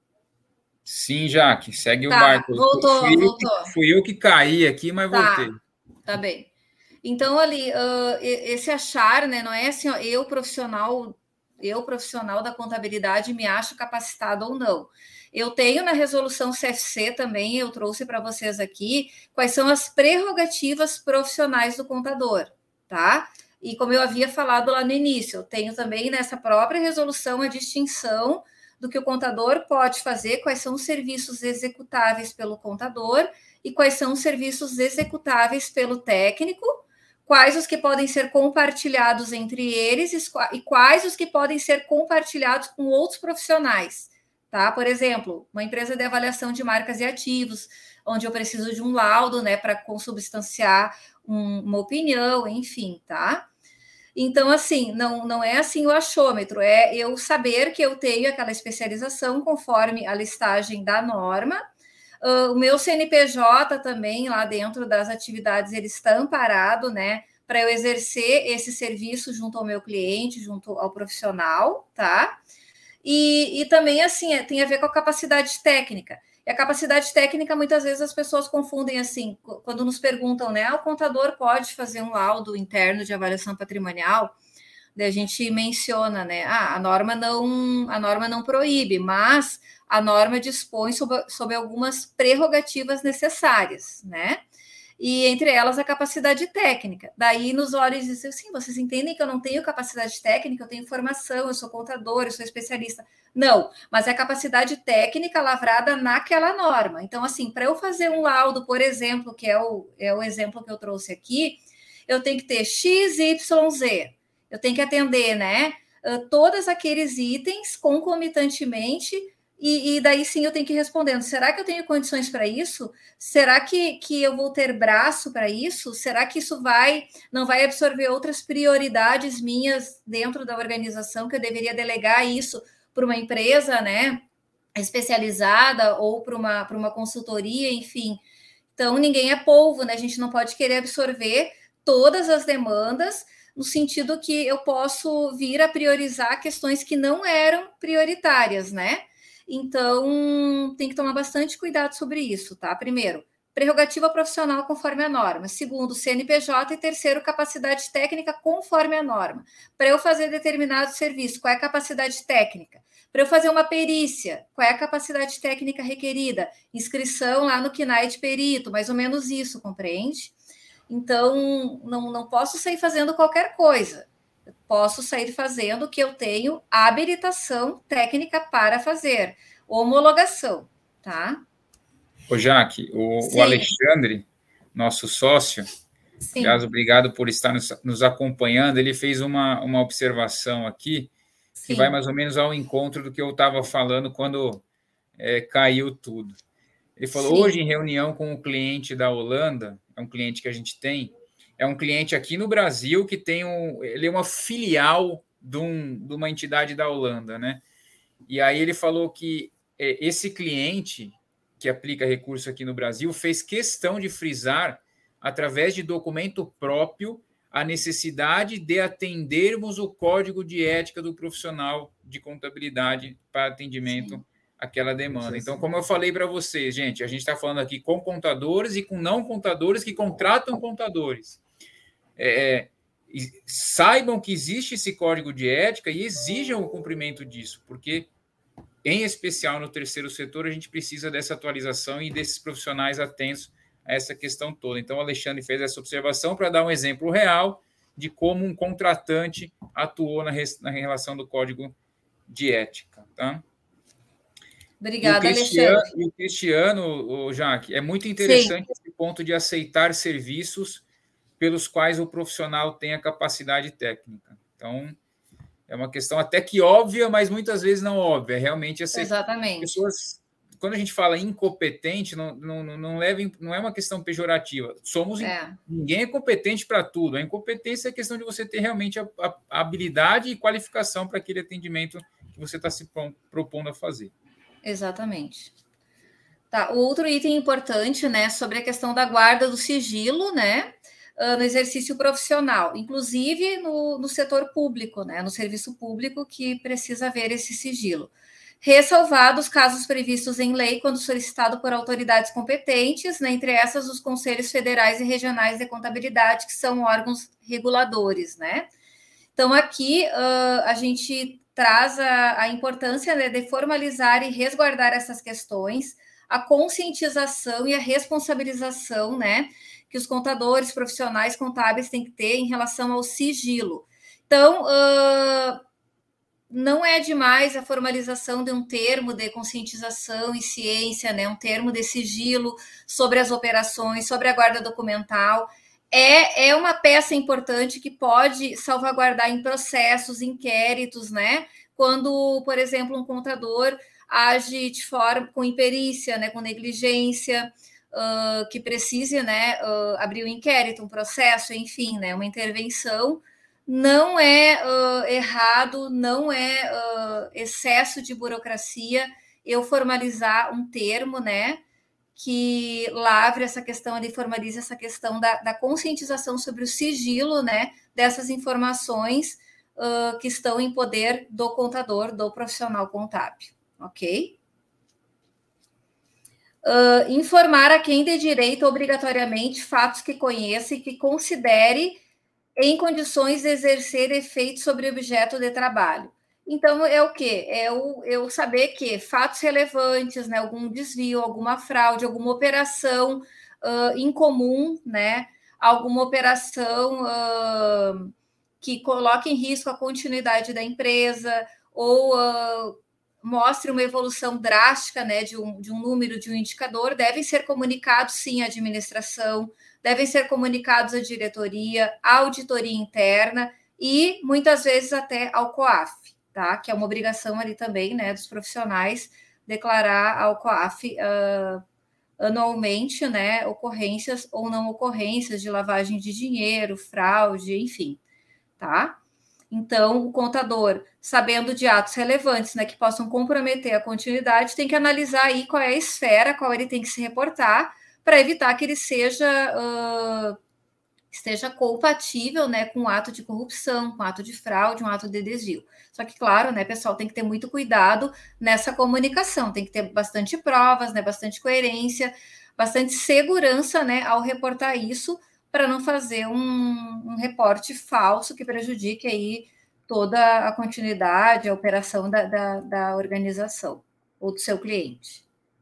Sim, Jaque, segue tá, o barco. Voltou, fui voltou. Eu que, fui eu que caí aqui, mas tá, voltei. Tá bem. Então, ali, uh, esse achar, né, não é assim, ó, eu profissional, eu profissional da contabilidade me acho capacitado ou não. Eu tenho na resolução C F C também, eu trouxe para vocês aqui, quais são as prerrogativas profissionais do contador, tá? E como eu havia falado lá no início, eu tenho também nessa própria resolução a distinção do que o contador pode fazer, quais são os serviços executáveis pelo contador e quais são os serviços executáveis pelo técnico, quais os que podem ser compartilhados entre eles e quais os que podem ser compartilhados com outros profissionais, tá? Por exemplo, uma empresa de avaliação de marcas e ativos, onde eu preciso de um laudo, né, para consubstanciar um, uma opinião, enfim, tá? Então, assim, não, não é assim o achômetro, é eu saber que eu tenho aquela especialização conforme a listagem da norma. Uh, o meu C N P J também, lá dentro das atividades, ele está amparado, né, para eu exercer esse serviço junto ao meu cliente, junto ao profissional, tá? E, e também, assim, é, tem a ver com a capacidade técnica. E a capacidade técnica, muitas vezes, as pessoas confundem, assim, quando nos perguntam, né, ah, o contador pode fazer um laudo interno de avaliação patrimonial? A gente menciona, né, ah, a norma não, a norma não proíbe, mas a norma dispõe sobre, sobre algumas prerrogativas necessárias, né? E entre elas a capacidade técnica. Daí nos olhos dizem assim, vocês entendem que eu não tenho capacidade técnica, eu tenho formação, eu sou contador, eu sou especialista. Não, mas é a capacidade técnica lavrada naquela norma. Então, assim, para eu fazer um laudo, por exemplo, que é o, é o exemplo que eu trouxe aqui, eu tenho que ter X, Y, Z. Eu tenho que atender, né, todos aqueles itens concomitantemente. E, e daí sim eu tenho que ir respondendo, será que eu tenho condições para isso? Será que, que eu vou ter braço para isso? Será que isso vai não vai absorver outras prioridades minhas dentro da organização, que eu deveria delegar isso para uma empresa, né, especializada ou para uma, para uma consultoria, enfim. Então, ninguém é polvo, né? A gente não pode querer absorver todas as demandas, no sentido que eu posso vir a priorizar questões que não eram prioritárias, né? Então, tem que tomar bastante cuidado sobre isso, tá? Primeiro, prerrogativa profissional conforme a norma. Segundo, C N P J. E terceiro, capacidade técnica conforme a norma. Para eu fazer determinado serviço, qual é a capacidade técnica? Para eu fazer uma perícia, qual é a capacidade técnica requerida? Inscrição lá no C N A I de perito, mais ou menos isso, compreende? Então, não, não posso sair fazendo qualquer coisa. Posso sair fazendo o que eu tenho habilitação técnica para fazer, homologação, tá? Ô, Jaque, o, o Alexandre, nosso sócio, Sim. aliás, obrigado por estar nos, nos acompanhando, ele fez uma, uma observação aqui, Sim. que vai mais ou menos ao encontro do que eu estava falando quando é, caiu tudo. Ele falou, Sim. hoje em reunião com o cliente da Holanda, é um cliente que a gente tem, é um cliente aqui no Brasil que tem um, ele é uma filial de, um, de uma entidade da Holanda, né? E aí ele falou que é, esse cliente que aplica recurso aqui no Brasil fez questão de frisar, através de documento próprio, a necessidade de atendermos o código de ética do profissional de contabilidade para atendimento Sim. àquela demanda. Então, como eu falei para vocês, gente, a gente está falando aqui com contadores e com não contadores que contratam contadores. É, saibam que existe esse código de ética e exijam o cumprimento disso, porque, em especial no terceiro setor, a gente precisa dessa atualização e desses profissionais atentos a essa questão toda. Então, o Alexandre fez essa observação para dar um exemplo real de como um contratante atuou na, na relação do código de ética. Tá? Obrigada, e Alexandre. E o Cristiano, o Jaque, é muito interessante Sim. esse ponto de aceitar serviços pelos quais o profissional tem a capacidade técnica. Então, é uma questão até que óbvia, mas muitas vezes não óbvia. Realmente, as Exatamente. pessoas quando a gente fala incompetente, não, não, não, leve, não é uma questão pejorativa. Somos é. Ninguém é competente para tudo. A incompetência é a questão de você ter realmente a, a, a habilidade e qualificação para aquele atendimento que você está se propondo a fazer. Exatamente. Tá, o outro item importante, né, sobre a questão da guarda do sigilo, né, no exercício profissional, inclusive no, no setor público, né, no serviço público que precisa haver esse sigilo. Ressalvados casos previstos em lei quando solicitado por autoridades competentes, né, entre essas os conselhos federais e regionais de contabilidade, que são órgãos reguladores, né. Então, aqui uh, a gente traz a, a importância, né, de formalizar e resguardar essas questões, a conscientização e a responsabilização, né, que os contadores profissionais contábeis têm que ter em relação ao sigilo. Então, uh, não é demais a formalização de um termo de conscientização e ciência, né, um termo de sigilo sobre as operações, sobre a guarda documental. É, é uma peça importante que pode salvaguardar em processos, inquéritos, né, quando, por exemplo, um contador age de forma com imperícia, né, com negligência, uh, que precise, né, uh, abrir um inquérito, um processo, enfim, né, uma intervenção. Não é uh, errado, não é uh, excesso de burocracia eu formalizar um termo, né, que lavre essa questão, de formalize essa questão da, da conscientização sobre o sigilo, né, dessas informações uh, que estão em poder do contador, do profissional contábil. Ok? Uh, informar a quem de direito obrigatoriamente fatos que conheça e que considere em condições de exercer efeito sobre o objeto de trabalho. Então, é o quê? É o, eu saber que fatos relevantes, né, algum desvio, alguma fraude, alguma operação uh, incomum, né, alguma operação uh, que coloque em risco a continuidade da empresa ou uh, mostre uma evolução drástica, né, de um, de um número, de um indicador, devem ser comunicados, sim, à administração, devem ser comunicados à diretoria, à auditoria interna e, muitas vezes, até ao COAF, tá? Que é uma obrigação ali também, né, dos profissionais declarar ao COAF uh, anualmente, né, ocorrências ou não ocorrências de lavagem de dinheiro, fraude, enfim, tá? Então, o contador, sabendo de atos relevantes, né, que possam comprometer a continuidade, tem que analisar aí qual é a esfera, qual ele tem que se reportar, para evitar que ele seja uh, esteja compatível, né, com um ato de corrupção, com um ato de fraude, um ato de desvio. Só que, claro, né, pessoal, tem que ter muito cuidado nessa comunicação, tem que ter bastante provas, né, bastante coerência, bastante segurança, né, ao reportar isso, para não fazer um, um reporte falso que prejudique aí toda a continuidade, a operação da, da, da organização ou do seu cliente.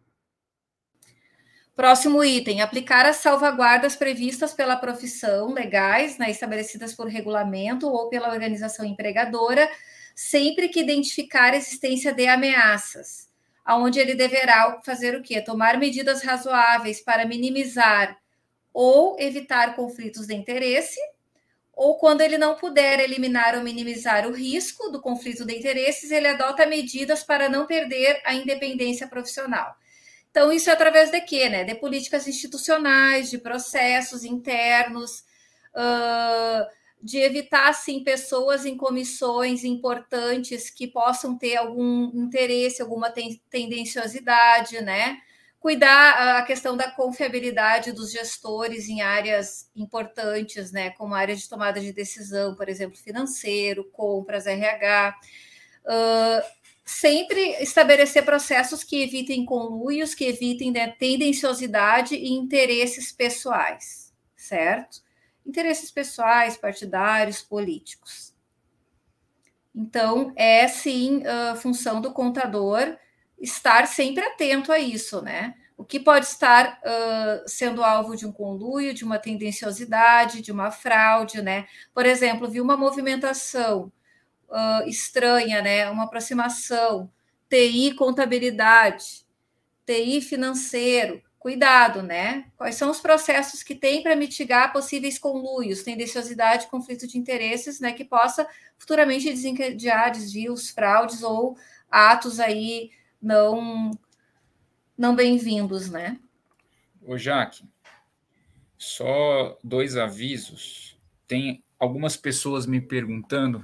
Próximo item, aplicar as salvaguardas previstas pela profissão, legais, né, estabelecidas por regulamento ou pela organização empregadora, sempre que identificar a existência de ameaças, aonde ele deverá fazer o quê? Tomar medidas razoáveis para minimizar ou evitar conflitos de interesse, ou quando ele não puder eliminar ou minimizar o risco do conflito de interesses, ele adota medidas para não perder a independência profissional. Então, isso é através de quê? Né? De políticas institucionais, de processos internos, uh, de evitar, sim, pessoas em comissões importantes que possam ter algum interesse, alguma ten- tendenciosidade, né? Cuidar a questão da confiabilidade dos gestores em áreas importantes, né, como áreas de tomada de decisão, por exemplo, financeiro, compras, R H. Uh, sempre estabelecer processos que evitem conluios, que evitem, né, tendenciosidade e interesses pessoais, certo? Interesses pessoais, partidários, políticos. Então, é sim a função do contador estar sempre atento a isso, né? O que pode estar uh, sendo alvo de um conluio, de uma tendenciosidade, de uma fraude, né? Por exemplo, vi uma movimentação uh, estranha, né? Uma aproximação, T I contabilidade, T I financeiro, cuidado, né? Quais são os processos que tem para mitigar possíveis conluios, tendenciosidade, conflito de interesses, né? Que possa futuramente desencadear desvios, fraudes ou atos aí não não bem-vindos, né? Ô, Jaque, só dois avisos. Tem algumas pessoas me perguntando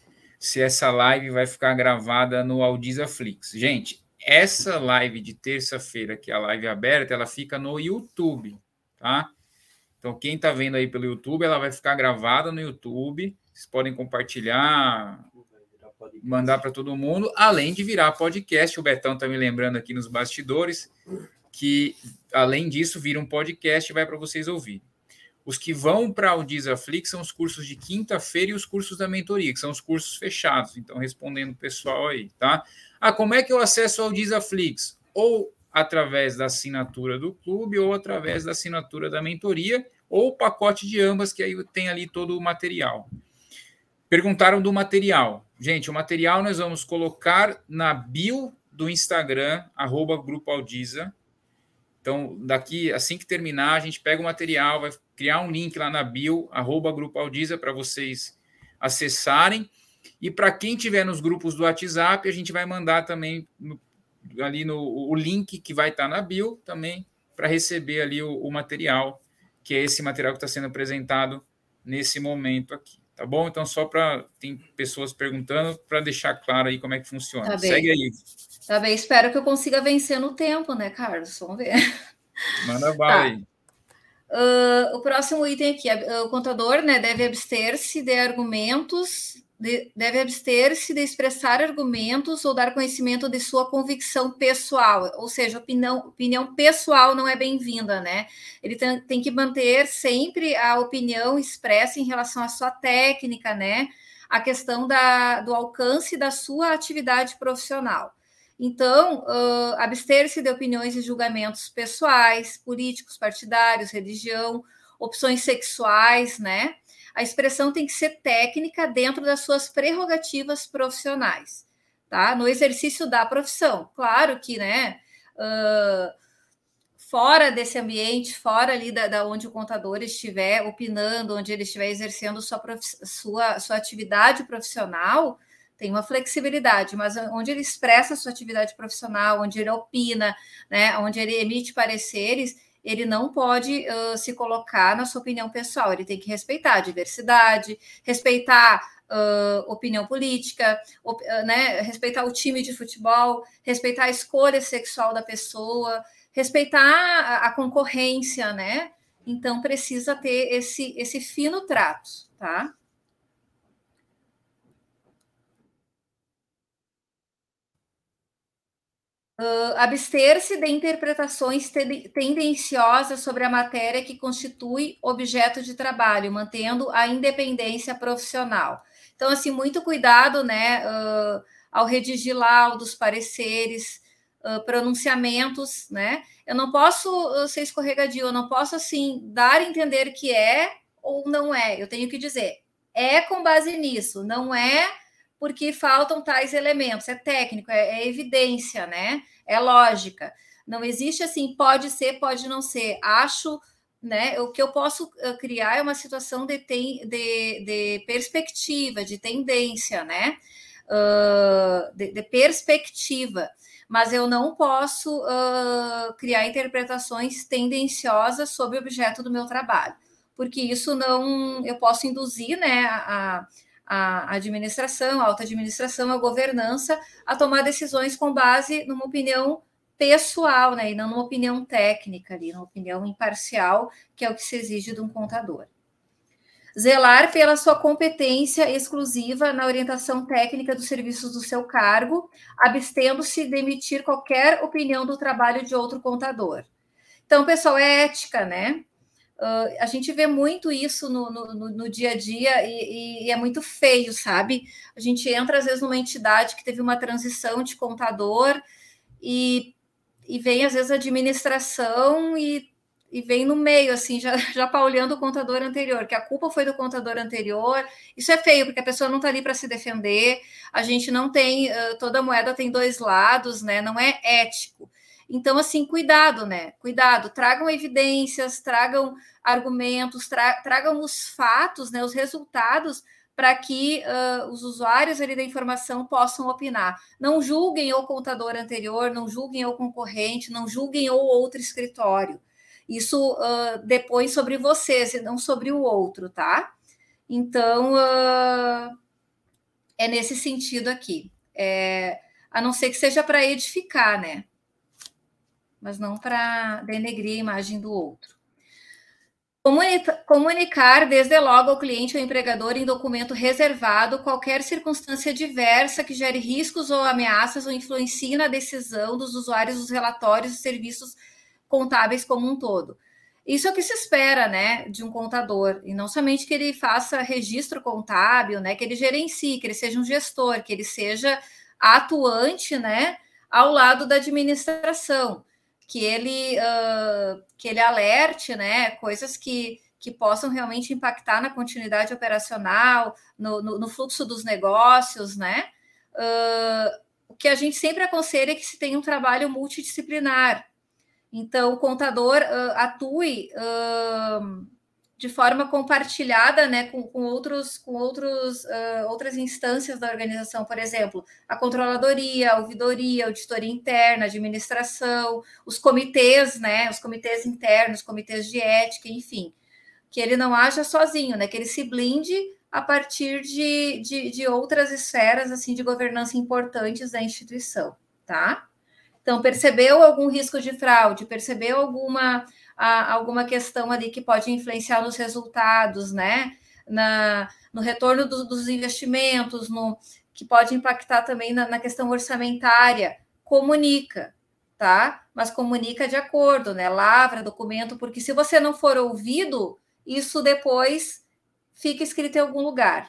se essa live vai ficar gravada no Audizaflix. Gente, essa live de terça-feira, que é a live aberta, ela fica no YouTube, tá? Então, quem está vendo aí pelo YouTube, ela vai ficar gravada no YouTube. Vocês podem compartilhar, mandar para todo mundo, além de virar podcast. O Betão está me lembrando aqui nos bastidores que, além disso, vira um podcast e vai para vocês ouvirem. Os que vão para o Audizaflix são os cursos de quinta-feira e os cursos da mentoria, que são os cursos fechados. Então, respondendo o pessoal aí, tá? Ah, como é que eu acesso ao Audizaflix? Ou através da assinatura do clube, ou através da assinatura da mentoria, ou o pacote de ambas, que aí tem ali todo o material. Perguntaram do material. Gente, o material nós vamos colocar na bio do Instagram, arroba Grupo Audiza. Então, daqui, assim que terminar, a gente pega o material, vai criar um link lá na bio, arroba Grupo Audiza, para vocês acessarem. E para quem tiver nos grupos do WhatsApp, a gente vai mandar também no, ali no, o link que vai estar na bio também, para receber ali o, o material, que é esse material que está sendo apresentado nesse momento aqui. Tá bom? Então, só para... Tem pessoas perguntando, para deixar claro aí como é que funciona. Tá Segue aí. Tá bem, espero que eu consiga vencer no tempo, né, Carlos? Vamos ver. Manda bala tá. aí. Uh, o próximo item aqui, o contador, né, deve abster-se de argumentos, de, deve abster-se de expressar argumentos ou dar conhecimento de sua convicção pessoal, ou seja, opinião, opinião pessoal não é bem-vinda, né? Ele tem, tem que manter sempre a opinião expressa em relação à sua técnica, né? A questão da, do alcance da sua atividade profissional. Então, uh, abster-se de opiniões e julgamentos pessoais, políticos, partidários, religião, opções sexuais, né? A expressão tem que ser técnica dentro das suas prerrogativas profissionais, tá? No exercício da profissão. Claro que, né? Uh, fora desse ambiente, fora ali da, da onde o contador estiver opinando, onde ele estiver exercendo sua, sua, sua atividade profissional, tem uma flexibilidade, mas onde ele expressa a sua atividade profissional, onde ele opina, né, onde ele emite pareceres, ele não pode uh, se colocar na sua opinião pessoal, ele tem que respeitar a diversidade, respeitar uh, opinião política, op, uh, né, respeitar o time de futebol, respeitar a escolha sexual da pessoa, respeitar a, a concorrência, né? Então, precisa ter esse, esse fino trato, tá? Uh, abster-se de interpretações tendenciosas sobre a matéria que constitui objeto de trabalho, mantendo a independência profissional. Então, assim, muito cuidado, né, uh, ao redigir laudos, pareceres, uh, pronunciamentos, né? Eu não posso uh, ser escorregadio, eu não posso, assim, dar a entender que é ou não é. Eu tenho que dizer, é com base nisso, não é porque faltam tais elementos, é técnico, é, é evidência, né? É lógica. Não existe assim, pode ser, pode não ser. Acho, né? O que eu posso criar é uma situação de, ten, de, de perspectiva, de tendência, né? Uh, de, de perspectiva. Mas eu não posso uh, criar interpretações tendenciosas sobre o objeto do meu trabalho, porque isso não, eu posso induzir, né, a, a administração, a alta administração, a governança, a tomar decisões com base numa opinião pessoal, né, e não numa opinião técnica, ali, numa opinião imparcial, que é o que se exige de um contador. Zelar pela sua competência exclusiva na orientação técnica dos serviços do seu cargo, abstendo-se de emitir qualquer opinião do trabalho de outro contador. Então, pessoal, é ética, né? Uh, a gente vê muito isso no, no, no dia a dia e, e é muito feio, sabe? A gente entra, às vezes, numa entidade que teve uma transição de contador e, e vem, às vezes, a administração e, e vem no meio, assim, já, já pauleando o contador anterior, que a culpa foi do contador anterior. Isso é feio, porque a pessoa não está ali para se defender, a gente não tem, uh, toda moeda tem dois lados, né? Não é ético. Então, assim, cuidado, né? Cuidado, tragam evidências, tragam argumentos, tra tragam os fatos, né? Os resultados, para que uh, os usuários ali da informação possam opinar. Não julguem o contador anterior, não julguem o concorrente, não julguem o outro escritório. Isso uh, depõe sobre vocês e não sobre o outro, tá? Então, uh, é nesse sentido aqui. É, a não ser que seja para edificar, né? Mas não para denegrir a imagem do outro. Comunicar desde logo ao cliente ou empregador em documento reservado qualquer circunstância diversa que gere riscos ou ameaças ou influencie na decisão dos usuários dos relatórios e serviços contábeis como um todo. Isso é o que se espera, né, de um contador, e não somente que ele faça registro contábil, né, que ele gerencie, que ele seja um gestor, que ele seja atuante, né, ao lado da administração, que ele, uh, que ele alerte, né, coisas que, que possam realmente impactar na continuidade operacional, no, no, no fluxo dos negócios, né? Uh, o que a gente sempre aconselha é que se tenha um trabalho multidisciplinar. Então, o contador uh, atue uh, de forma compartilhada, né, com, com, outros, com outros, uh, outras instâncias da organização, por exemplo, a controladoria, a ouvidoria, a auditoria interna, a administração, os comitês, né, os comitês internos, comitês de ética, enfim, que ele não haja sozinho, né, que ele se blinde a partir de, de, de outras esferas, assim, de governança importantes da instituição, tá? Então, percebeu algum risco de fraude, percebeu alguma, a, alguma questão ali que pode influenciar nos resultados, né? Na, no retorno do, dos investimentos, no, que pode impactar também na, na questão orçamentária, comunica, tá? Mas comunica de acordo, né? Lavra documento, porque se você não for ouvido, isso depois fica escrito em algum lugar.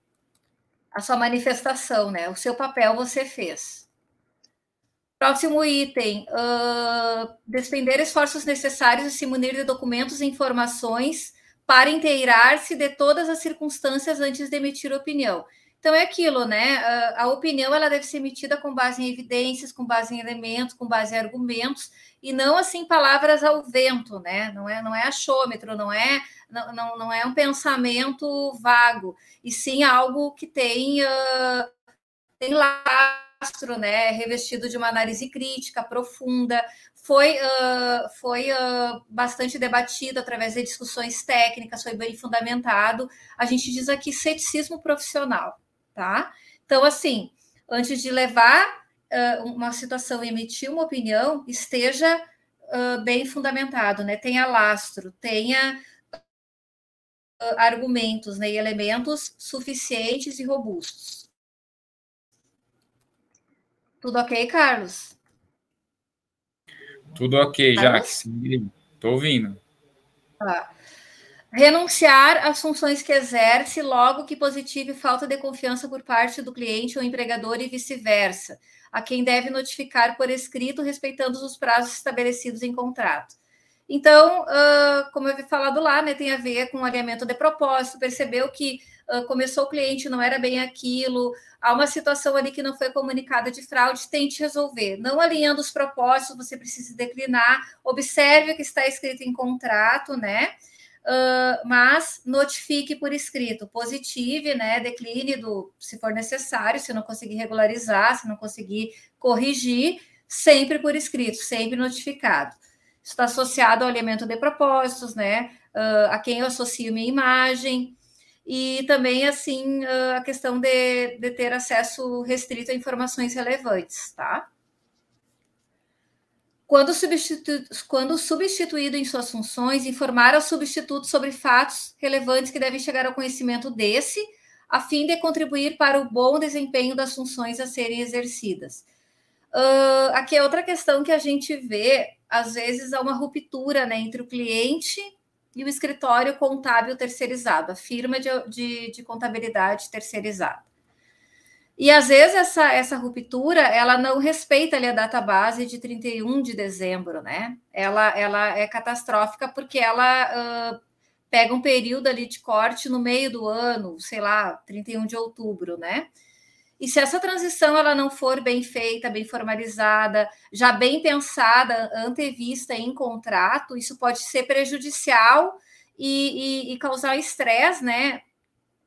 A sua manifestação, né? O seu papel você fez. Próximo item, uh, despender esforços necessários e se munir de documentos e informações para inteirar-se de todas as circunstâncias antes de emitir opinião. Então, é aquilo, né? Uh, a opinião ela deve ser emitida com base em evidências, com base em elementos, com base em argumentos, e não, assim, palavras ao vento, né? Não é, não é achômetro, não é, não, não, não é um pensamento vago, e sim algo que tem, uh, tem lá, né, revestido de uma análise crítica profunda, foi, uh, foi uh, bastante debatido através de discussões técnicas, foi bem fundamentado. A gente diz aqui ceticismo profissional, tá? Então, assim, antes de levar uh, uma situação e emitir uma opinião, esteja uh, bem fundamentado, né? Tenha lastro, tenha uh, argumentos, né, e elementos suficientes e robustos. Tudo ok, Carlos? Tudo ok, Jaque. Estou ouvindo. Tá. Renunciar às funções que exerce logo que positive falta de confiança por parte do cliente ou empregador e vice-versa, a quem deve notificar por escrito, respeitando os prazos estabelecidos em contrato. Então, uh, como eu havia falado lá, né, tem a ver com alinhamento de propósito, percebeu que uh, começou o cliente, não era bem aquilo, há uma situação ali que não foi comunicada de fraude, tente resolver. Não alinhando os propósitos, você precisa declinar, observe o que está escrito em contrato, né? Uh, mas notifique por escrito, positive, né? Decline do, se for necessário, se não conseguir regularizar, se não conseguir corrigir, sempre por escrito, sempre notificado. Está associado ao alinhamento de propósitos, né? Uh, a quem eu associo minha imagem, e também, assim, uh, a questão de, de ter acesso restrito a informações relevantes, tá? Quando, substitu... Quando substituído em suas funções, informar ao substituto sobre fatos relevantes que devem chegar ao conhecimento desse, a fim de contribuir para o bom desempenho das funções a serem exercidas. Uh, aqui é outra questão que a gente vê, às vezes há uma ruptura, né, entre o cliente e o escritório contábil terceirizado, a firma de, de, de contabilidade terceirizada. E, às vezes, essa, essa ruptura, ela não respeita ali a data base de trinta e um de dezembro, né? Ela, ela é catastrófica porque ela uh, pega um período ali de corte no meio do ano, sei lá, trinta e um de outubro, né? E se essa transição ela não for bem feita, bem formalizada, já bem pensada, antevista em contrato, isso pode ser prejudicial e, e, e causar estresse, né?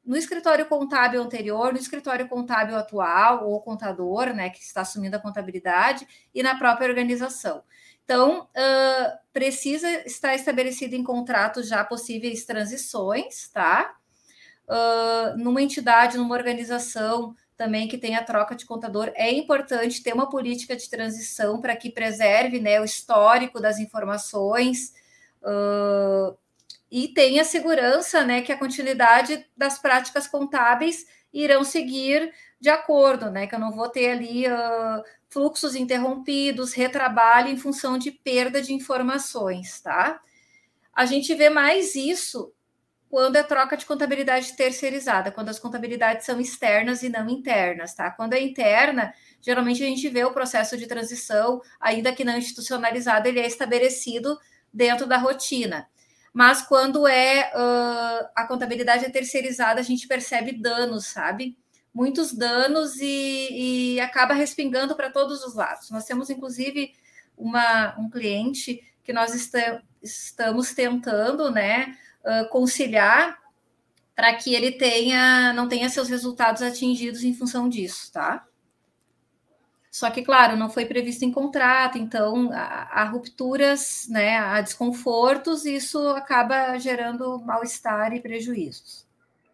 no escritório contábil anterior, no escritório contábil atual, ou contador, né, que está assumindo a contabilidade, e na própria organização. Então, uh, precisa estar estabelecido em contrato já possíveis transições, tá? Uh, numa entidade, numa organização também que tenha troca de contador, é importante ter uma política de transição para que preserve, né, o histórico das informações, uh, e tenha segurança, né, que a continuidade das práticas contábeis irão seguir de acordo, né, que eu não vou ter ali uh, fluxos interrompidos, retrabalho em função de perda de informações, tá? A gente vê mais isso quando é troca de contabilidade terceirizada, quando as contabilidades são externas e não internas, tá? Quando é interna, geralmente a gente vê o processo de transição, ainda que não institucionalizado, ele é estabelecido dentro da rotina. Mas quando é uh, a contabilidade é terceirizada, a gente percebe danos, sabe? Muitos danos e, e acaba respingando para todos os lados. Nós temos, inclusive, uma, um cliente que nós está, estamos tentando, né, uh, conciliar para que ele tenha, não tenha seus resultados atingidos em função disso, tá? Só que, claro, não foi previsto em contrato, então há, há rupturas, né, há desconfortos, e isso acaba gerando mal-estar e prejuízos.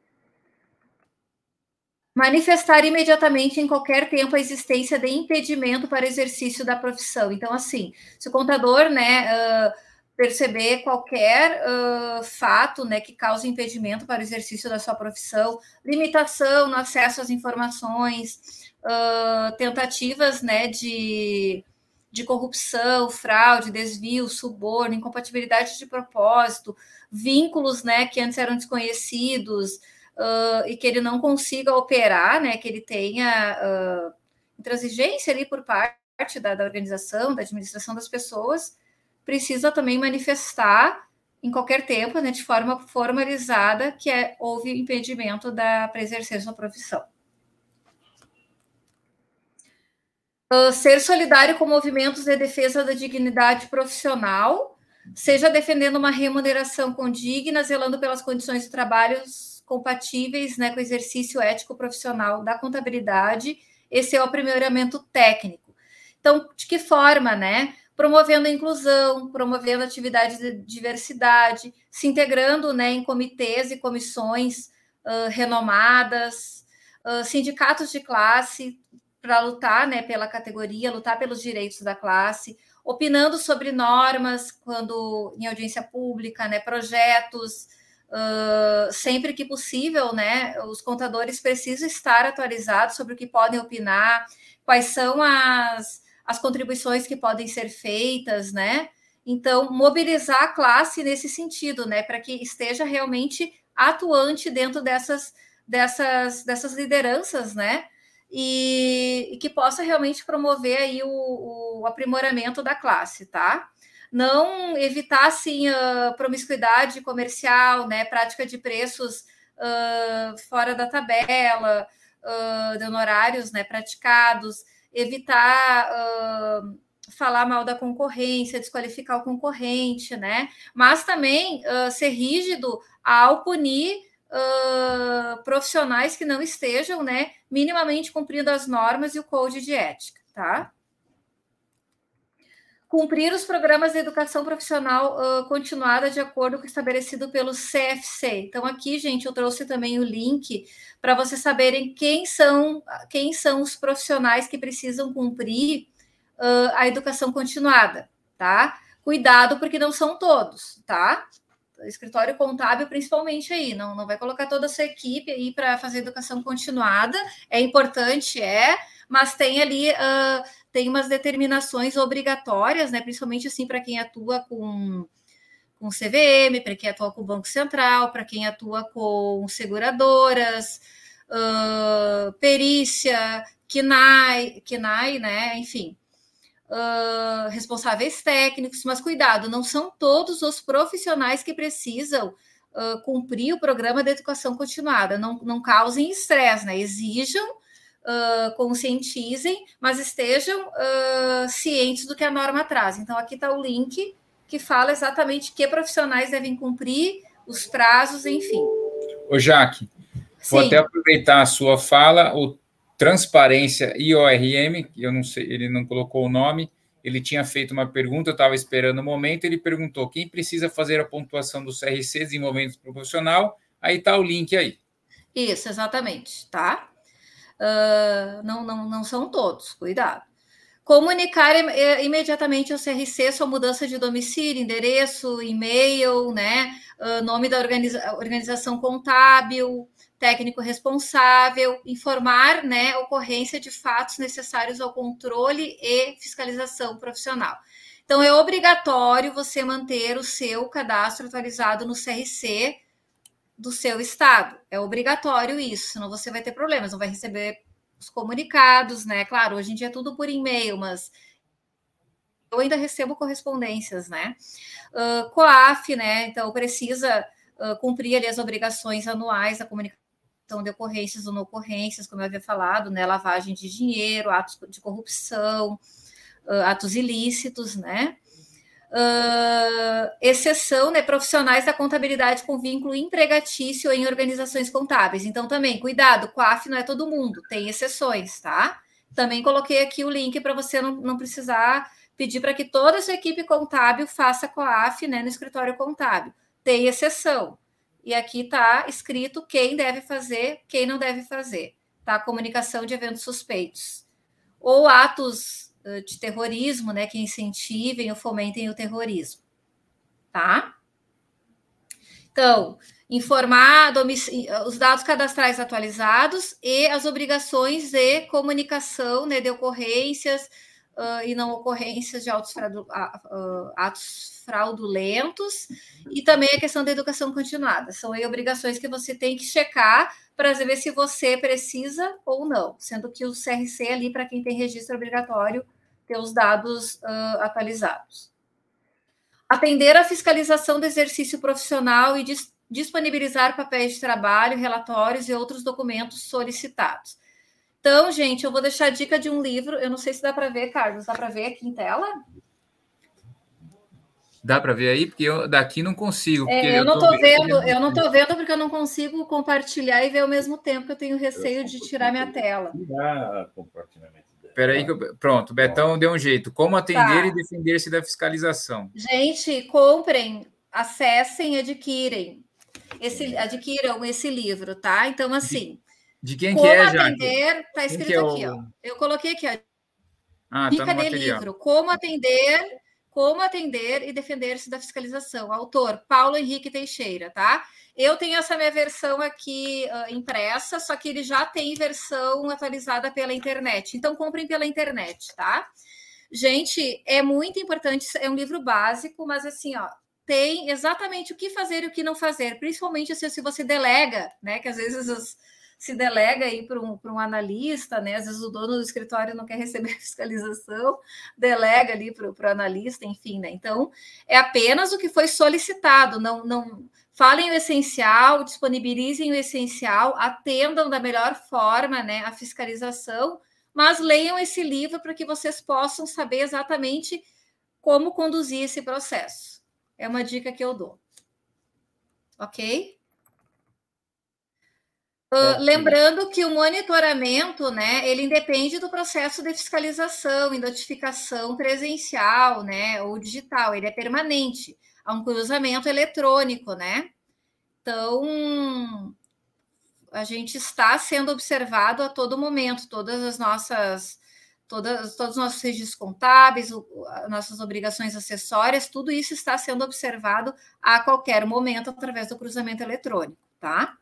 Manifestar imediatamente em qualquer tempo a existência de impedimento para exercício da profissão. Então, assim, se o contador, né, uh, perceber qualquer uh, fato, né, que cause impedimento para o exercício da sua profissão, limitação no acesso às informações, Uh, tentativas, né, de, de corrupção, fraude, desvio, suborno, incompatibilidade de propósito, vínculos, né, que antes eram desconhecidos, uh, e que ele não consiga operar, né, que ele tenha uh, intransigência ali por parte da, da organização, da administração das pessoas, precisa também manifestar em qualquer tempo, né, de forma formalizada, que é, houve impedimento para exercer sua profissão. Uh, ser solidário com movimentos de defesa da dignidade profissional, seja defendendo uma remuneração condigna, zelando pelas condições de trabalho compatíveis, né, com o exercício ético profissional da contabilidade. Esse é o aprimoramento técnico. Então, de que forma, né? Promovendo a inclusão, promovendo atividades de diversidade, se integrando, né, em comitês e comissões uh, renomadas, uh, sindicatos de classe, para lutar, né, pela categoria, lutar pelos direitos da classe, opinando sobre normas quando em audiência pública, né, projetos, uh, sempre que possível, né, os contadores precisam estar atualizados sobre o que podem opinar, quais são as, as contribuições que podem ser feitas, né? Então, mobilizar a classe nesse sentido, né, para que esteja realmente atuante dentro dessas, dessas, dessas lideranças, né? E, e que possa realmente promover aí o, o aprimoramento da classe, tá? Não evitar, assim, a promiscuidade comercial, né? Prática de preços uh, fora da tabela, uh, de honorários, né, praticados, evitar uh, falar mal da concorrência, desqualificar o concorrente, né? Mas também uh, ser rígido ao punir Uh, profissionais que não estejam, né, minimamente cumprindo as normas e o código de ética, tá? Cumprir os programas de educação profissional uh, continuada de acordo com o estabelecido pelo C F C. Então, aqui, gente, eu trouxe também o link para vocês saberem quem são, quem são os profissionais que precisam cumprir uh, a educação continuada, tá? Cuidado, porque não são todos, tá? Escritório contábil, principalmente aí, não, não vai colocar toda a sua equipe aí para fazer educação continuada, é importante, é, mas tem ali, uh, tem umas determinações obrigatórias, né, principalmente assim para quem atua com, com C V M, para quem atua com o Banco Central, para quem atua com seguradoras, uh, perícia, K N A I, K N A I, né, enfim, Uh, responsáveis técnicos, mas cuidado, não são todos os profissionais que precisam uh, cumprir o programa de educação continuada, não, não causem estresse, né? Exijam, uh, conscientizem, mas estejam uh, cientes do que a norma traz. Então, aqui está o link que fala exatamente que profissionais devem cumprir, os prazos, enfim. Ô, Jaque, Vou Sim. até aproveitar a sua fala, o Transparência I O R M, eu não sei, ele não colocou o nome, ele tinha feito uma pergunta, eu estava esperando o momento, ele perguntou quem precisa fazer a pontuação do C R C, desenvolvimento profissional, aí está o link aí. Isso, exatamente, tá? Uh, não, não, não são todos, cuidado. Comunicar imediatamente ao C R C sua mudança de domicílio, endereço, e-mail, né? Uh, nome da organiza organização contábil, técnico responsável, informar, né, ocorrência de fatos necessários ao controle e fiscalização profissional. Então, é obrigatório você manter o seu cadastro atualizado no C R C do seu estado. É obrigatório isso, senão você vai ter problemas, não vai receber os comunicados, né? Claro, hoje em dia é tudo por e-mail, mas eu ainda recebo correspondências, né? Uh, COAF, né? Então, precisa uh, cumprir ali as obrigações anuais da comunicação de ocorrências ou não ocorrências, como eu havia falado, né? Lavagem de dinheiro, atos de corrupção, uh, atos ilícitos, né? Uh, exceção, né, profissionais da contabilidade com vínculo empregatício em organizações contábeis. Então, também, cuidado, C O A F não é todo mundo, tem exceções, tá? Também coloquei aqui o link para você não, não precisar pedir para que toda a sua equipe contábil faça C O A F, né, no escritório contábil. Tem exceção. E aqui está escrito quem deve fazer, quem não deve fazer. Tá? Comunicação de eventos suspeitos. Ou atos de terrorismo, né, que incentivem ou fomentem o terrorismo, tá? Então, informar os dados cadastrais atualizados e as obrigações de comunicação, né, de ocorrências uh, e não ocorrências de atos, fraudu uh, atos fraudulentos, e também a questão da educação continuada. São aí obrigações que você tem que checar para ver se você precisa ou não, sendo que o C R C ali, para quem tem registro obrigatório, ter os dados uh, atualizados. Atender à fiscalização do exercício profissional e dis disponibilizar papéis de trabalho, relatórios e outros documentos solicitados. Então, gente, eu vou deixar a dica de um livro, eu não sei se dá para ver, Carlos, dá para ver aqui em tela? Dá para ver aí? Porque eu daqui não consigo. Porque é, eu, eu não estou vendo, vendo... eu não estou vendo porque eu não consigo compartilhar e ver ao mesmo tempo, que eu tenho receio de tirar minha tela. Tirar compartilhamento. Espera aí, que eu... pronto, Betão deu um jeito. Como atender tá. e defender-se da fiscalização. Gente, comprem, acessem, adquirem. Esse, adquiram esse livro, tá? Então, assim... De, de quem que é, já? Como atender... Está escrito é aqui, o... ó. Eu coloquei aqui, ó. Ah, dica tá no de material. livro. Como atender... Como atender e defender-se da fiscalização. Autor, Paulo Henrique Teixeira, tá? Eu tenho essa minha versão aqui uh, impressa, só que ele já tem versão atualizada pela internet. Então, comprem pela internet, tá? Gente, é muito importante, é um livro básico, mas assim, ó, tem exatamente o que fazer e o que não fazer, principalmente assim, se você delega, né? Que às vezes os, se delega aí para um, para um analista, né? Às vezes o dono do escritório não quer receber fiscalização, delega ali para o analista, enfim, né? Então, é apenas o que foi solicitado, não, não falem o essencial, disponibilizem o essencial, atendam da melhor forma, né, a fiscalização, mas leiam esse livro para que vocês possam saber exatamente como conduzir esse processo. É uma dica que eu dou. Ok? Uh, lembrando que o monitoramento, né, ele independe do processo de fiscalização e notificação presencial, né, ou digital, ele é permanente, há um cruzamento eletrônico, né? Então, a gente está sendo observado a todo momento, todas as nossas, todas, todos os nossos registros contábeis, as nossas obrigações acessórias, tudo isso está sendo observado a qualquer momento através do cruzamento eletrônico, tá?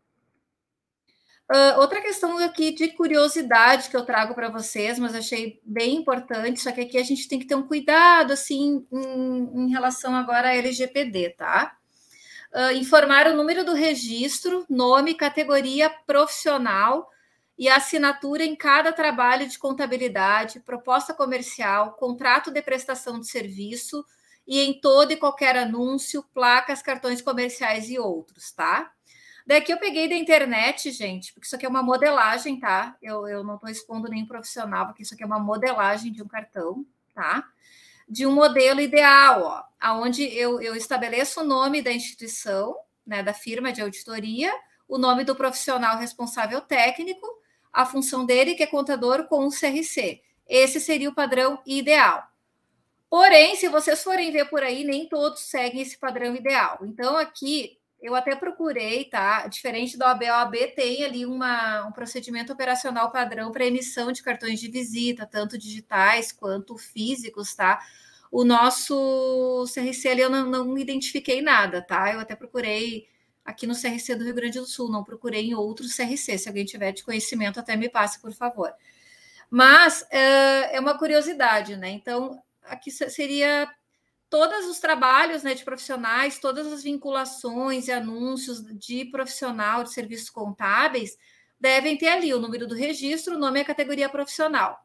Uh, outra questão aqui de curiosidade que eu trago para vocês, mas achei bem importante, só que aqui a gente tem que ter um cuidado, assim, em, em relação agora à L G P D, tá? Uh, informar o número do registro, nome, categoria profissional e assinatura em cada trabalho de contabilidade, proposta comercial, contrato de prestação de serviço e em todo e qualquer anúncio, placas, cartões comerciais e outros, tá? Daqui eu peguei da internet, gente, porque isso aqui é uma modelagem, tá? Eu, eu não estou expondo nenhum profissional, porque isso aqui é uma modelagem de um cartão, tá? De um modelo ideal, ó, onde eu, eu estabeleço o nome da instituição, né, da firma de auditoria, o nome do profissional responsável técnico, a função dele, que é contador, com o C R C. Esse seria o padrão ideal. Porém, se vocês forem ver por aí, nem todos seguem esse padrão ideal. Então, aqui, eu até procurei, tá? Diferente da O A B, a O A B tem ali uma, um procedimento operacional padrão para emissão de cartões de visita, tanto digitais quanto físicos, tá? O nosso C R C ali eu não, não identifiquei nada, tá? Eu até procurei aqui no C R C do Rio Grande do Sul, não procurei em outros C R C. Se alguém tiver de conhecimento, até me passe, por favor. Mas é, é uma curiosidade, né? Então, aqui seria todos os trabalhos, né, de profissionais, todas as vinculações e anúncios de profissional de serviços contábeis devem ter ali o número do registro, o nome e a categoria profissional.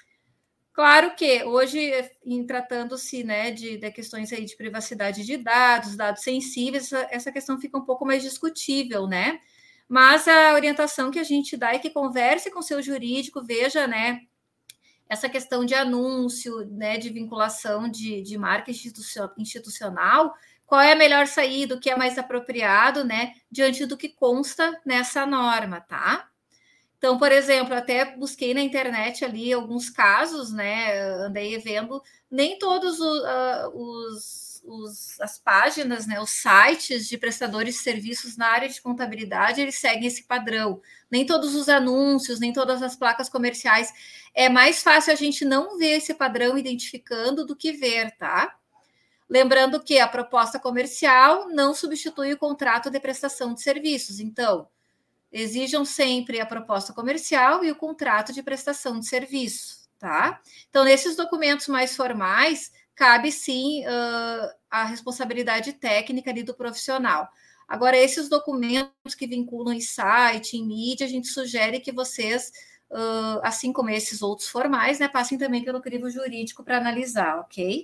Claro que hoje, em tratando-se, né, de, de questões aí de privacidade de dados, dados sensíveis, essa, essa questão fica um pouco mais discutível, né? Mas a orientação que a gente dá é que converse com o seu jurídico, veja, né, essa questão de anúncio, né, de vinculação de, de marca institucional, qual é a melhor saída, o que é mais apropriado, né, diante do que consta nessa norma, tá? Então, por exemplo, até busquei na internet ali alguns casos, né, andei vendo, nem todos os, uh, os, os, as páginas, né, os sites de prestadores de serviços na área de contabilidade, eles seguem esse padrão. Nem todos os anúncios, nem todas as placas comerciais. É mais fácil a gente não ver esse padrão identificando do que ver, tá? Lembrando que a proposta comercial não substitui o contrato de prestação de serviços. Então, exijam sempre a proposta comercial e o contrato de prestação de serviço, tá? Então, nesses documentos mais formais, cabe sim uh, a responsabilidade técnica ali do profissional. Agora, esses documentos que vinculam em site, em mídia, a gente sugere que vocês, uh, assim como esses outros formais, né, passem também pelo crivo jurídico para analisar, ok?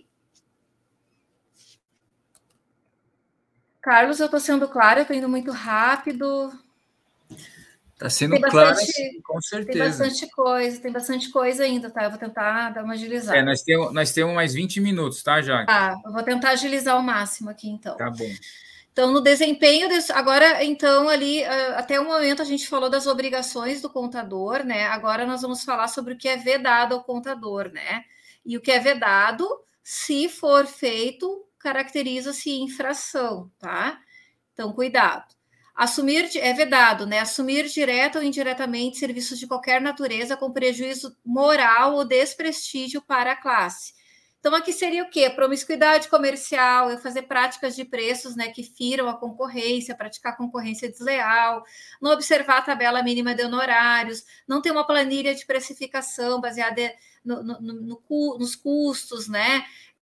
Carlos, eu estou sendo clara, eu estou indo muito rápido. Está sendo claro, com certeza. Tem bastante coisa, tem bastante coisa ainda, tá? Eu vou tentar dar uma agilizada. É, nós temos, nós temos mais vinte minutos, tá, Jaque? Tá, eu vou tentar agilizar ao máximo aqui, então. Tá bom. Então, no desempenho, desse, agora, então, ali, até o momento a gente falou das obrigações do contador, né? Agora nós vamos falar sobre o que é vedado ao contador, né? E o que é vedado, se for feito, caracteriza-se infração, tá? Então, cuidado. Assumir, é vedado, né? Assumir direta ou indiretamente serviços de qualquer natureza com prejuízo moral ou desprestígio para a classe. Então, aqui seria o quê? Promiscuidade comercial, eu fazer práticas de preços, né, que firam a concorrência, praticar concorrência desleal, não observar a tabela mínima de honorários, não ter uma planilha de precificação baseada no, no, no, no, nos custos, né?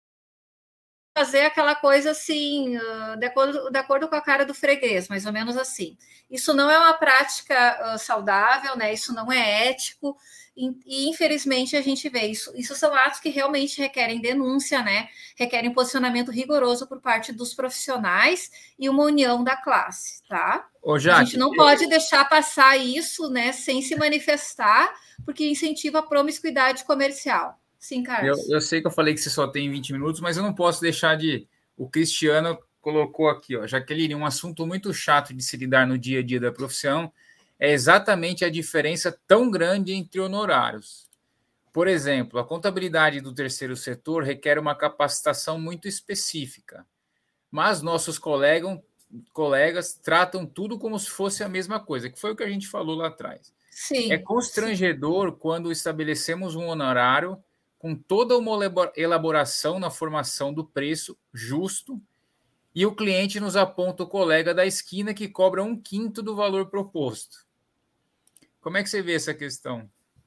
Fazer aquela coisa assim, de acordo, de acordo com a cara do freguês, mais ou menos assim. Isso não é uma prática uh, saudável, né? Isso não é ético, e, e infelizmente a gente vê isso. Isso são atos que realmente requerem denúncia, né? Requerem posicionamento rigoroso por parte dos profissionais e uma união da classe, tá? Ô, Jaque, a gente não eu... pode deixar passar isso, né, sem se manifestar, porque incentiva a promiscuidade comercial. Sim, Carlos. Eu, eu sei que eu falei que você só tem vinte minutos, mas eu não posso deixar de... O Cristiano colocou aqui, ó, Jaqueline, um assunto muito chato de se lidar no dia a dia da profissão é exatamente a diferença tão grande entre honorários. Por exemplo, a contabilidade do terceiro setor requer uma capacitação muito específica, mas nossos colegas, colegas tratam tudo como se fosse a mesma coisa, que foi o que a gente falou lá atrás. Sim, é constrangedor sim. quando estabelecemos um honorário com toda uma elaboração na formação do preço justo e o cliente nos aponta o colega da esquina que cobra um quinto do valor proposto. Como é que você vê essa questão?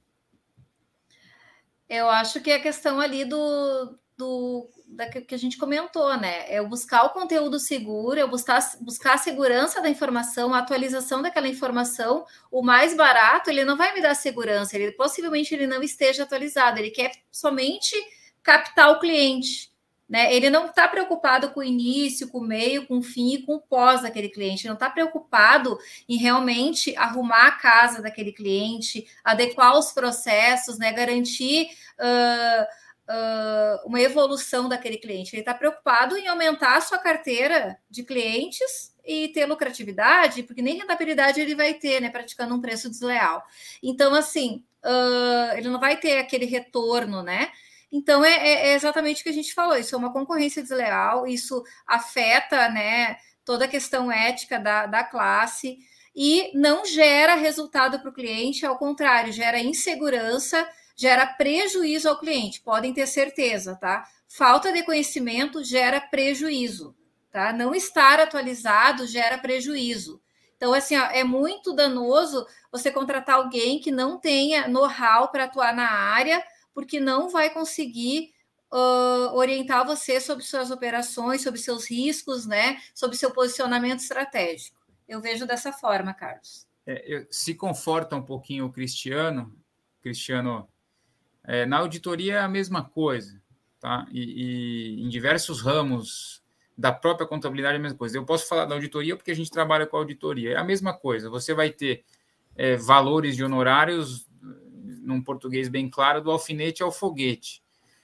Eu acho que é a questão ali do, do da que a gente comentou, né? É eu buscar o conteúdo seguro, eu buscar, buscar a segurança da informação, a atualização daquela informação. O mais barato, ele não vai me dar segurança, ele possivelmente ele não esteja atualizado, ele quer somente captar o cliente, né? Ele não está preocupado com o início, com o meio, com o fim e com o pós daquele cliente, ele não está preocupado em realmente arrumar a casa daquele cliente, adequar os processos, né? Garantir uh, uh, uma evolução daquele cliente. Ele está preocupado em aumentar a sua carteira de clientes e ter lucratividade, porque nem rentabilidade ele vai ter, né, praticando um preço desleal. Então, assim, uh, ele não vai ter aquele retorno, né? Então, é, é exatamente o que a gente falou, isso é uma concorrência desleal, isso afeta, né, toda a questão ética da, da classe e não gera resultado para o cliente, ao contrário, gera insegurança, gera prejuízo ao cliente, podem ter certeza, tá? Falta de conhecimento gera prejuízo. Tá? Não estar atualizado gera prejuízo. Então, assim, ó, é muito danoso você contratar alguém que não tenha know-how para atuar na área, porque não vai conseguir uh, orientar você sobre suas operações, sobre seus riscos, né? Sobre seu posicionamento estratégico. Eu vejo dessa forma, Carlos. É, eu, se conforta um pouquinho o Cristiano, Cristiano, é, na auditoria é a mesma coisa, tá? E, e em diversos ramos da própria contabilidade é a mesma coisa. Eu posso falar da auditoria porque a gente trabalha com auditoria. É a mesma coisa. Você vai ter é, valores de honorários, num português bem claro, do alfinete ao foguete.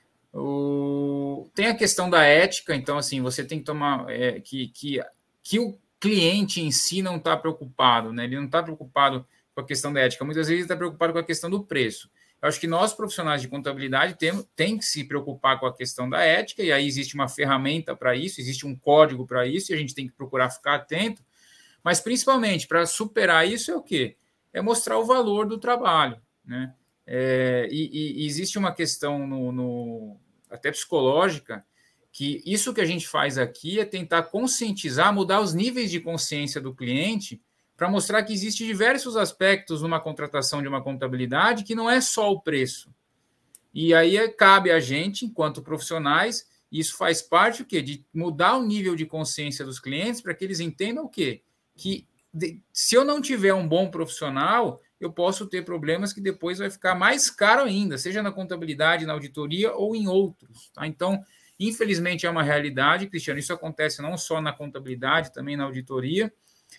O... Tem a questão da ética, então, assim, você tem que tomar... É, que, que, que o cliente em si não está preocupado, né? Ele não está preocupado com a questão da ética. Muitas vezes ele está preocupado com a questão do preço. Eu acho que nós, profissionais de contabilidade, temos tem que se preocupar com a questão da ética, e aí existe uma ferramenta para isso, existe um código para isso, e a gente tem que procurar ficar atento, mas principalmente para superar isso é o quê? É mostrar o valor do trabalho, né? É, e, e existe uma questão no, no, até psicológica, que isso que a gente faz aqui é tentar conscientizar, mudar os níveis de consciência do cliente, para mostrar que existem diversos aspectos numa contratação de uma contabilidade que não é só o preço. E aí cabe a gente, enquanto profissionais, isso faz parte o quê? De mudar o nível de consciência dos clientes para que eles entendam o quê? Que de, se eu não tiver um bom profissional, eu posso ter problemas que depois vai ficar mais caro ainda, seja na contabilidade, na auditoria ou em outros. Tá? Então, infelizmente, é uma realidade, Cristiano, isso acontece não só na contabilidade, também na auditoria.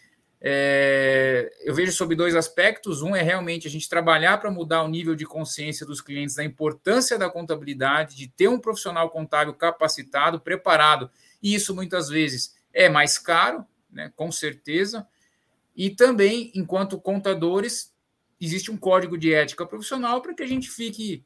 É, eu vejo sobre dois aspectos. Um é realmente a gente trabalhar para mudar o nível de consciência dos clientes da importância da contabilidade, de ter um profissional contábil capacitado, preparado, e isso muitas vezes é mais caro, né, com certeza. E também, enquanto contadores, existe um código de ética profissional para que a gente fique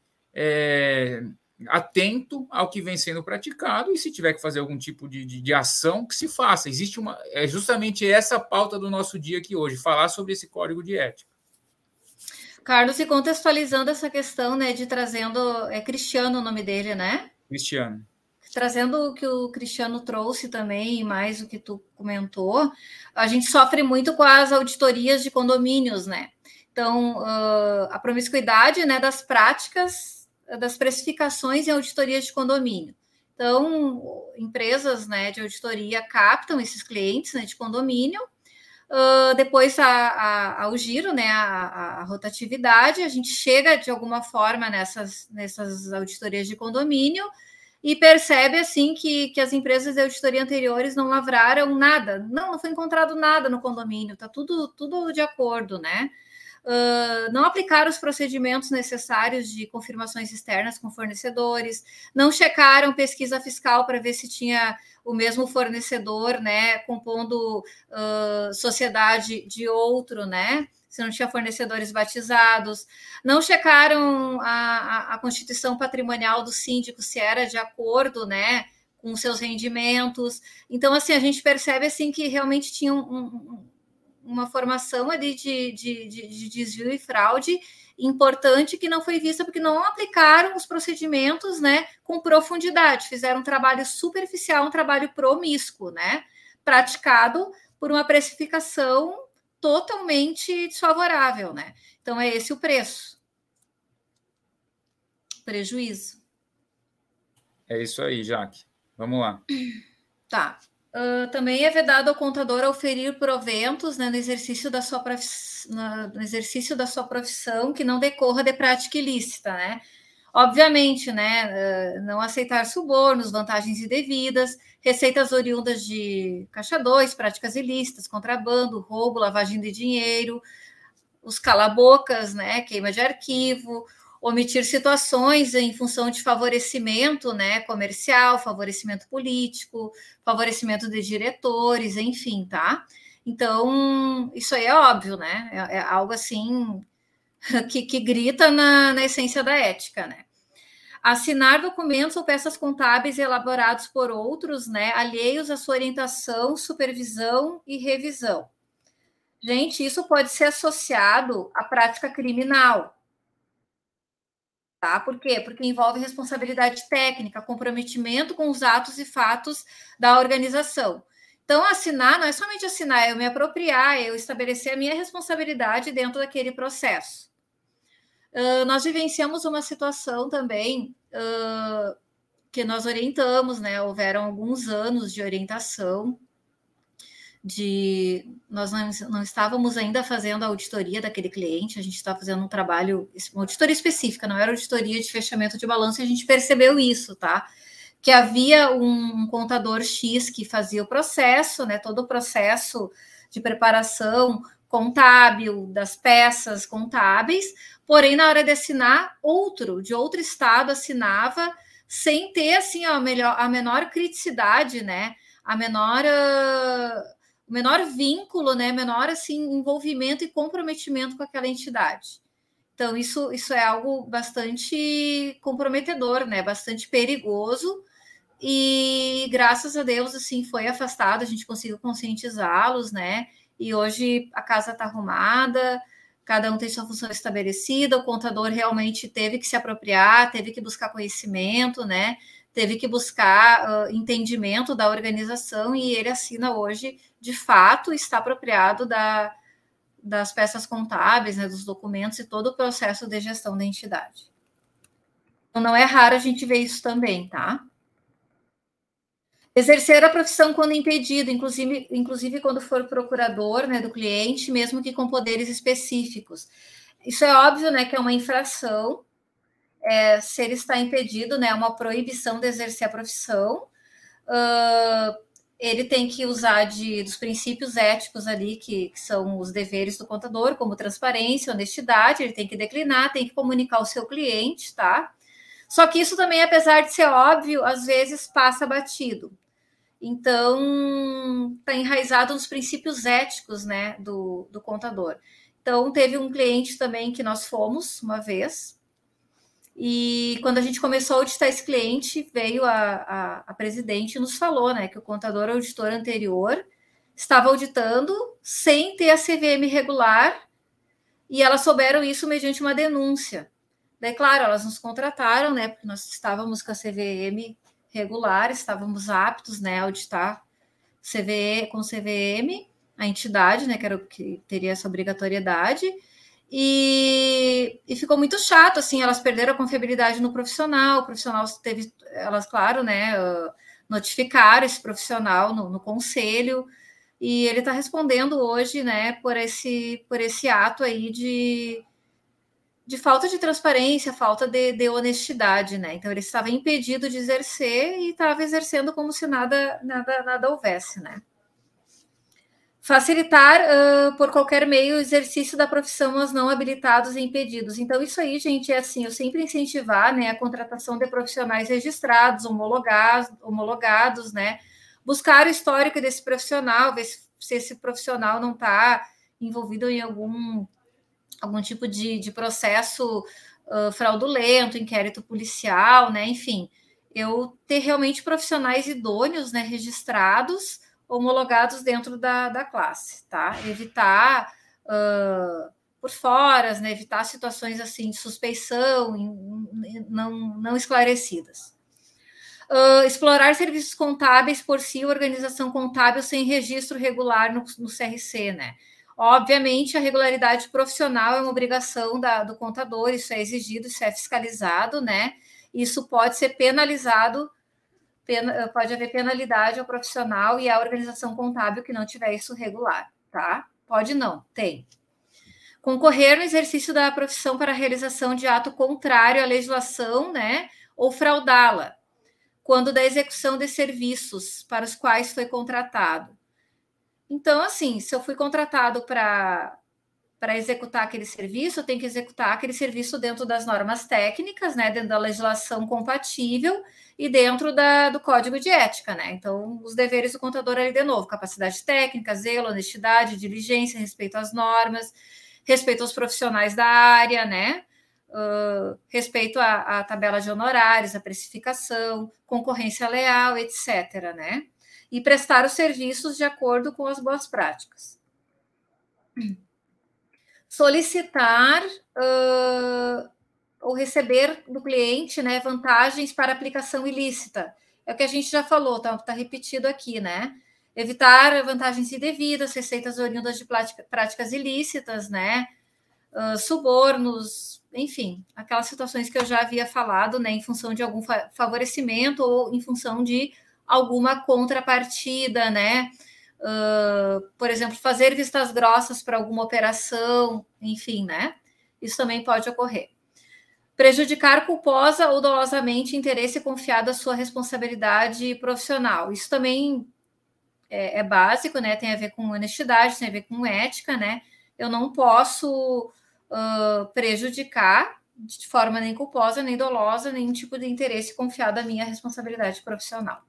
é, atento ao que vem sendo praticado, e se tiver que fazer algum tipo de, de, de ação, que se faça. Existe uma, é justamente essa pauta do nosso dia aqui hoje, falar sobre esse código de ética. Carlos, e contextualizando essa questão, né, de trazendo, é Cristiano o nome dele, né? Cristiano. Trazendo o que o Cristiano trouxe também, mais o que tu comentou, a gente sofre muito com as auditorias de condomínios, né? Então, uh, a promiscuidade, né, das práticas das precificações em auditorias de condomínio. Então, empresas, né, de auditoria captam esses clientes, né, de condomínio, uh, depois a, a, ao giro, né, a, a rotatividade, a gente chega de alguma forma nessas, nessas auditorias de condomínio e percebe assim que, que as empresas de auditoria anteriores não lavraram nada, não, não foi encontrado nada no condomínio, está tudo, tudo de acordo, né? Uh, não aplicaram os procedimentos necessários de confirmações externas com fornecedores, não checaram pesquisa fiscal para ver se tinha o mesmo fornecedor, né, compondo uh, sociedade de outro, né, se não tinha fornecedores batizados, não checaram a, a, a constituição patrimonial do síndico, se era de acordo, né, com seus rendimentos. Então, assim, a gente percebe assim que realmente tinha um, um uma formação ali de, de, de, de desvio e fraude importante que não foi vista porque não aplicaram os procedimentos, né, com profundidade, fizeram um trabalho superficial, um trabalho promíscuo, né, praticado por uma precificação totalmente desfavorável, né. Então é esse o preço. Prejuízo. É isso aí, Jaque. Vamos lá. Tá. Uh, também é vedado ao contador oferir proventos, né, no exercício da sua prof... no exercício da sua profissão que não decorra de prática ilícita, né? Obviamente, né, uh, não aceitar subornos, vantagens indevidas, receitas oriundas de caixa dois, práticas ilícitas, contrabando, roubo, lavagem de dinheiro, os calabocas, né, queima de arquivo, omitir situações em função de favorecimento, né, comercial, favorecimento político, favorecimento de diretores, enfim, tá? Então, isso aí é óbvio, né? É, é algo assim que, que grita na, na essência da ética, né? Assinar documentos ou peças contábeis elaborados por outros, né, alheios à sua orientação, supervisão e revisão. Gente, isso pode ser associado à prática criminal. Tá? Por quê? Porque envolve responsabilidade técnica, comprometimento com os atos e fatos da organização. Então, assinar não é somente assinar, é eu me apropriar, é eu estabelecer a minha responsabilidade dentro daquele processo. Uh, nós vivenciamos uma situação também uh, que nós orientamos, né? Houveram alguns anos de orientação, de nós não, não estávamos ainda fazendo a auditoria daquele cliente, a gente estava fazendo um trabalho, uma auditoria específica, não era auditoria de fechamento de balanço, e a gente percebeu isso, tá? Que havia um contador X que fazia o processo, né? Todo o processo de preparação contábil, das peças contábeis, porém, na hora de assinar, outro, de outro estado, assinava sem ter, assim, a, melhor, a menor criticidade, né? A menor... Uh, o menor vínculo, né, menor assim, envolvimento e comprometimento com aquela entidade. Então, isso, isso é algo bastante comprometedor, né, bastante perigoso, e graças a Deus, assim, foi afastado, a gente conseguiu conscientizá-los, né, e hoje a casa está arrumada, cada um tem sua função estabelecida, o contador realmente teve que se apropriar, teve que buscar conhecimento, né, teve que buscar uh, entendimento da organização, e ele assina hoje, de fato, está apropriado da, das peças contábeis, né, dos documentos e todo o processo de gestão da entidade. Então, não é raro a gente ver isso também, tá? Exercer a profissão quando impedido, inclusive, inclusive quando for procurador, né, do cliente, mesmo que com poderes específicos. Isso é óbvio, né, que é uma infração. É, se ele está impedido, né, uma proibição de exercer a profissão, uh, ele tem que usar de, dos princípios éticos ali, que, que são os deveres do contador, como transparência, honestidade, ele tem que declinar, tem que comunicar ao seu cliente, tá? Só que isso também, apesar de ser óbvio, às vezes passa batido. Então, está enraizado nos princípios éticos, né, do, do contador. Então, teve um cliente também que nós fomos uma vez, e quando a gente começou a auditar esse cliente, veio a, a, a presidente e nos falou, né, que o contador auditor anterior estava auditando sem ter a C V M regular, e elas souberam isso mediante uma denúncia. Daí, claro, elas nos contrataram, né, porque nós estávamos com a C V M regular, estávamos aptos, né, a auditar C V E, com C V M, a entidade, né, que era o que teria essa obrigatoriedade. E, e ficou muito chato, assim, elas perderam a confiabilidade no profissional, o profissional teve, elas, claro, né, notificaram esse profissional no, no conselho, e ele está respondendo hoje, né, por esse, por esse ato aí de, de falta de transparência, falta de, de honestidade, né, então ele estava impedido de exercer e estava exercendo como se nada, nada, nada houvesse, né. Facilitar uh, por qualquer meio o exercício da profissão aos não habilitados e impedidos. Então, isso aí, gente, é assim, eu sempre incentivar, né, a contratação de profissionais registrados, homologados, homologados, né, buscar o histórico desse profissional, ver se, se esse profissional não está envolvido em algum, algum tipo de, de processo uh, fraudulento, inquérito policial, né, enfim, eu ter realmente profissionais idôneos, né, registrados, homologados dentro da, da classe, tá? Evitar uh, por fora, né? Evitar situações assim de suspeição não, não esclarecidas. Uh, explorar serviços contábeis por si, organização contábil sem registro regular no, no C R C, né? Obviamente, a regularidade profissional é uma obrigação da, do contador, isso é exigido, isso é fiscalizado, né? Isso pode ser penalizado, pena, pode haver penalidade ao profissional e à organização contábil que não tiver isso regular, tá? Pode não, tem. Concorrer no exercício da profissão para a realização de ato contrário à legislação, né? Ou fraudá-la, quando da execução de serviços para os quais foi contratado. Então, assim, se eu fui contratado para para executar aquele serviço, tem que executar aquele serviço dentro das normas técnicas, né, dentro da legislação compatível e dentro da, do código de ética, né? Então, os deveres do contador ali, de novo, capacidade técnica, zelo, honestidade, diligência, respeito às normas, respeito aos profissionais da área, né? Uh, respeito à, à tabela de honorários, à precificação, concorrência leal, etcétera, né? E prestar os serviços de acordo com as boas práticas. Solicitar uh, ou receber do cliente, né, vantagens para aplicação ilícita. É o que a gente já falou, tá, tá repetido aqui, né? Evitar vantagens indevidas, receitas oriundas de práticas ilícitas, né? Uh, subornos, enfim, aquelas situações que eu já havia falado, né, em função de algum fa- favorecimento ou em função de alguma contrapartida, né? Uh, por exemplo, fazer vistas grossas para alguma operação, enfim, né? Isso também pode ocorrer. Prejudicar culposa ou dolosamente interesse confiado à sua responsabilidade profissional. Isso também é, é básico, né? Tem a ver com honestidade, tem a ver com ética, né? Eu não posso uh, prejudicar de forma nem culposa, nem dolosa, nenhum tipo de interesse confiado à minha responsabilidade profissional.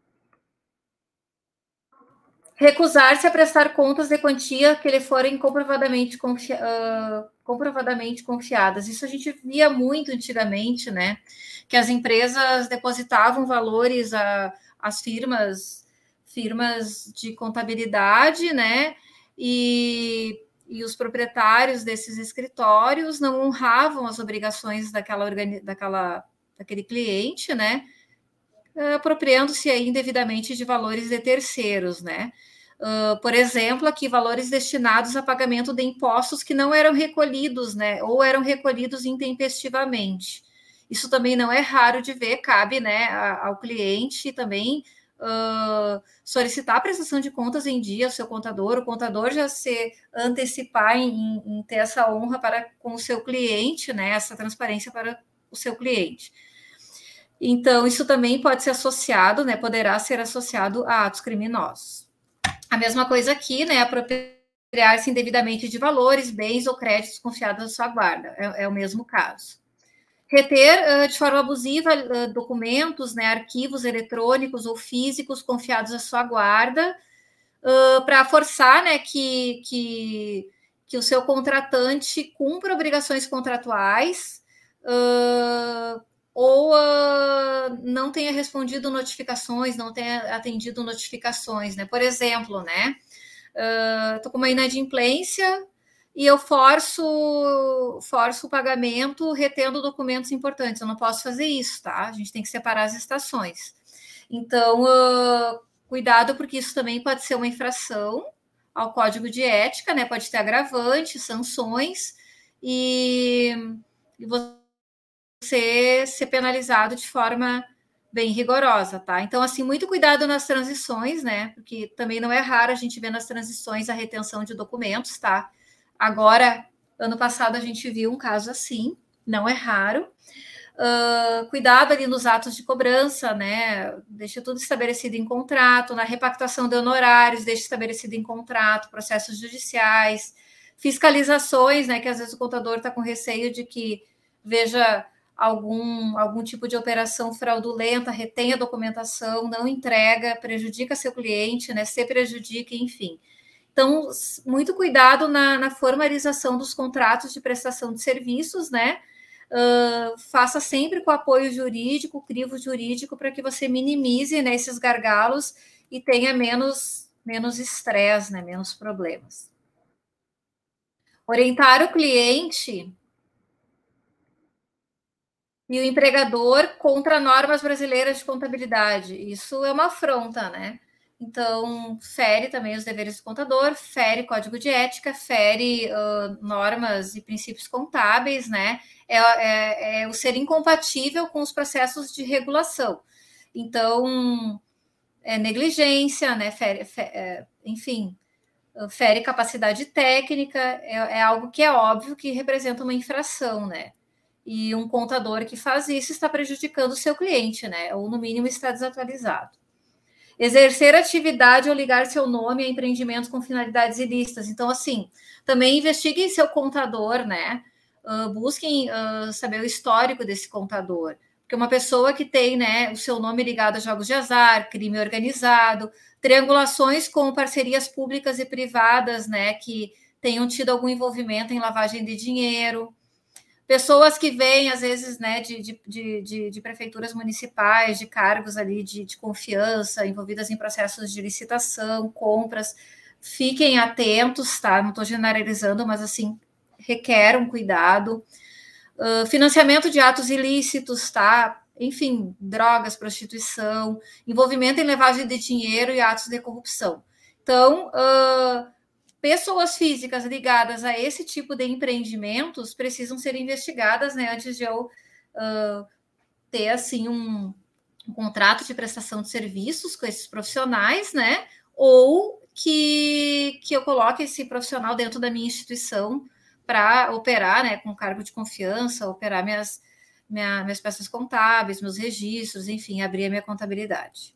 Recusar-se a prestar contas de quantia que lhe forem comprovadamente, confi uh, comprovadamente confiadas. Isso a gente via muito antigamente, né? Que as empresas depositavam valores às firmas, firmas de contabilidade, né? E, e os proprietários desses escritórios não honravam as obrigações daquela, daquela, daquele cliente, né? Apropriando-se aí indevidamente de valores de terceiros, né? Uh, por exemplo, aqui valores destinados a pagamento de impostos que não eram recolhidos, né? Ou eram recolhidos intempestivamente. Isso também não é raro de ver, cabe, né, ao cliente também uh, solicitar a prestação de contas em dia ao seu contador, o contador já se antecipar em, em ter essa honra para com o seu cliente, né? Essa transparência para o seu cliente. Então, isso também pode ser associado, né? Poderá ser associado a atos criminosos. A mesma coisa aqui, né? Apropriar-se indevidamente de valores, bens ou créditos confiados à sua guarda. É, é o mesmo caso. Reter uh, de forma abusiva uh, documentos, né? Arquivos eletrônicos ou físicos confiados à sua guarda, uh, para forçar, né? Que, que, que o seu contratante cumpra obrigações contratuais. Uh, ou uh, não tenha respondido notificações, não tenha atendido notificações, né? Por exemplo, né? Estou uh, com uma inadimplência e eu forço, forço o pagamento retendo documentos importantes. Eu não posso fazer isso, tá? A gente tem que separar as estações. Então, uh, cuidado, porque isso também pode ser uma infração ao Código de Ética, né? Pode ter agravante, sanções e, e você Ser, ser penalizado de forma bem rigorosa, tá? Então, assim, muito cuidado nas transições, né? Porque também não é raro a gente ver nas transições a retenção de documentos, tá? Agora, ano passado, a gente viu um caso assim, não é raro. Uh, cuidado ali nos atos de cobrança, né? Deixa tudo estabelecido em contrato, na repactuação de honorários, deixa estabelecido em contrato, processos judiciais, fiscalizações, né? Que às vezes o contador está com receio de que veja algum, algum tipo de operação fraudulenta, retém a documentação, não entrega, prejudica seu cliente, né? Se prejudica, enfim. Então, muito cuidado na, na formalização dos contratos de prestação de serviços, né? Uh, faça sempre com apoio jurídico, crivo jurídico, para que você minimize, né, esses gargalos e tenha menos menos estresse, né, menos problemas. Orientar o cliente e o empregador contra normas brasileiras de contabilidade. Isso é uma afronta, né? Então, fere também os deveres do contador, fere código de ética, fere uh, normas e princípios contábeis, né? É, é, é o ser incompatível com os processos de regulação. Então, é negligência, né? Fere, fere, é, enfim, fere capacidade técnica, é, é algo que é óbvio que representa uma infração, né? E um contador que faz isso está prejudicando o seu cliente, né? Ou no mínimo está desatualizado. Exercer atividade ou ligar seu nome a empreendimentos com finalidades ilícitas. Então, assim, também investiguem seu contador, né? Uh, busquem uh, saber o histórico desse contador. Porque uma pessoa que tem, né, o seu nome ligado a jogos de azar, crime organizado, triangulações com parcerias públicas e privadas, né, que tenham tido algum envolvimento em lavagem de dinheiro. Pessoas que vêm, às vezes, né, de, de, de, de prefeituras municipais, de cargos ali de, de confiança, envolvidas em processos de licitação, compras. Fiquem atentos, tá? Não estou generalizando, mas, assim, requer um cuidado. Uh, financiamento de atos ilícitos, tá? Enfim, drogas, prostituição, envolvimento em lavagem de dinheiro e atos de corrupção. Então, uh, pessoas físicas ligadas a esse tipo de empreendimentos precisam ser investigadas, né, antes de eu uh, ter, assim, um, um contrato de prestação de serviços com esses profissionais, né, ou que, que eu coloque esse profissional dentro da minha instituição para operar, né, com cargo de confiança, operar minhas, minha, minhas peças contábeis, meus registros, enfim, abrir a minha contabilidade.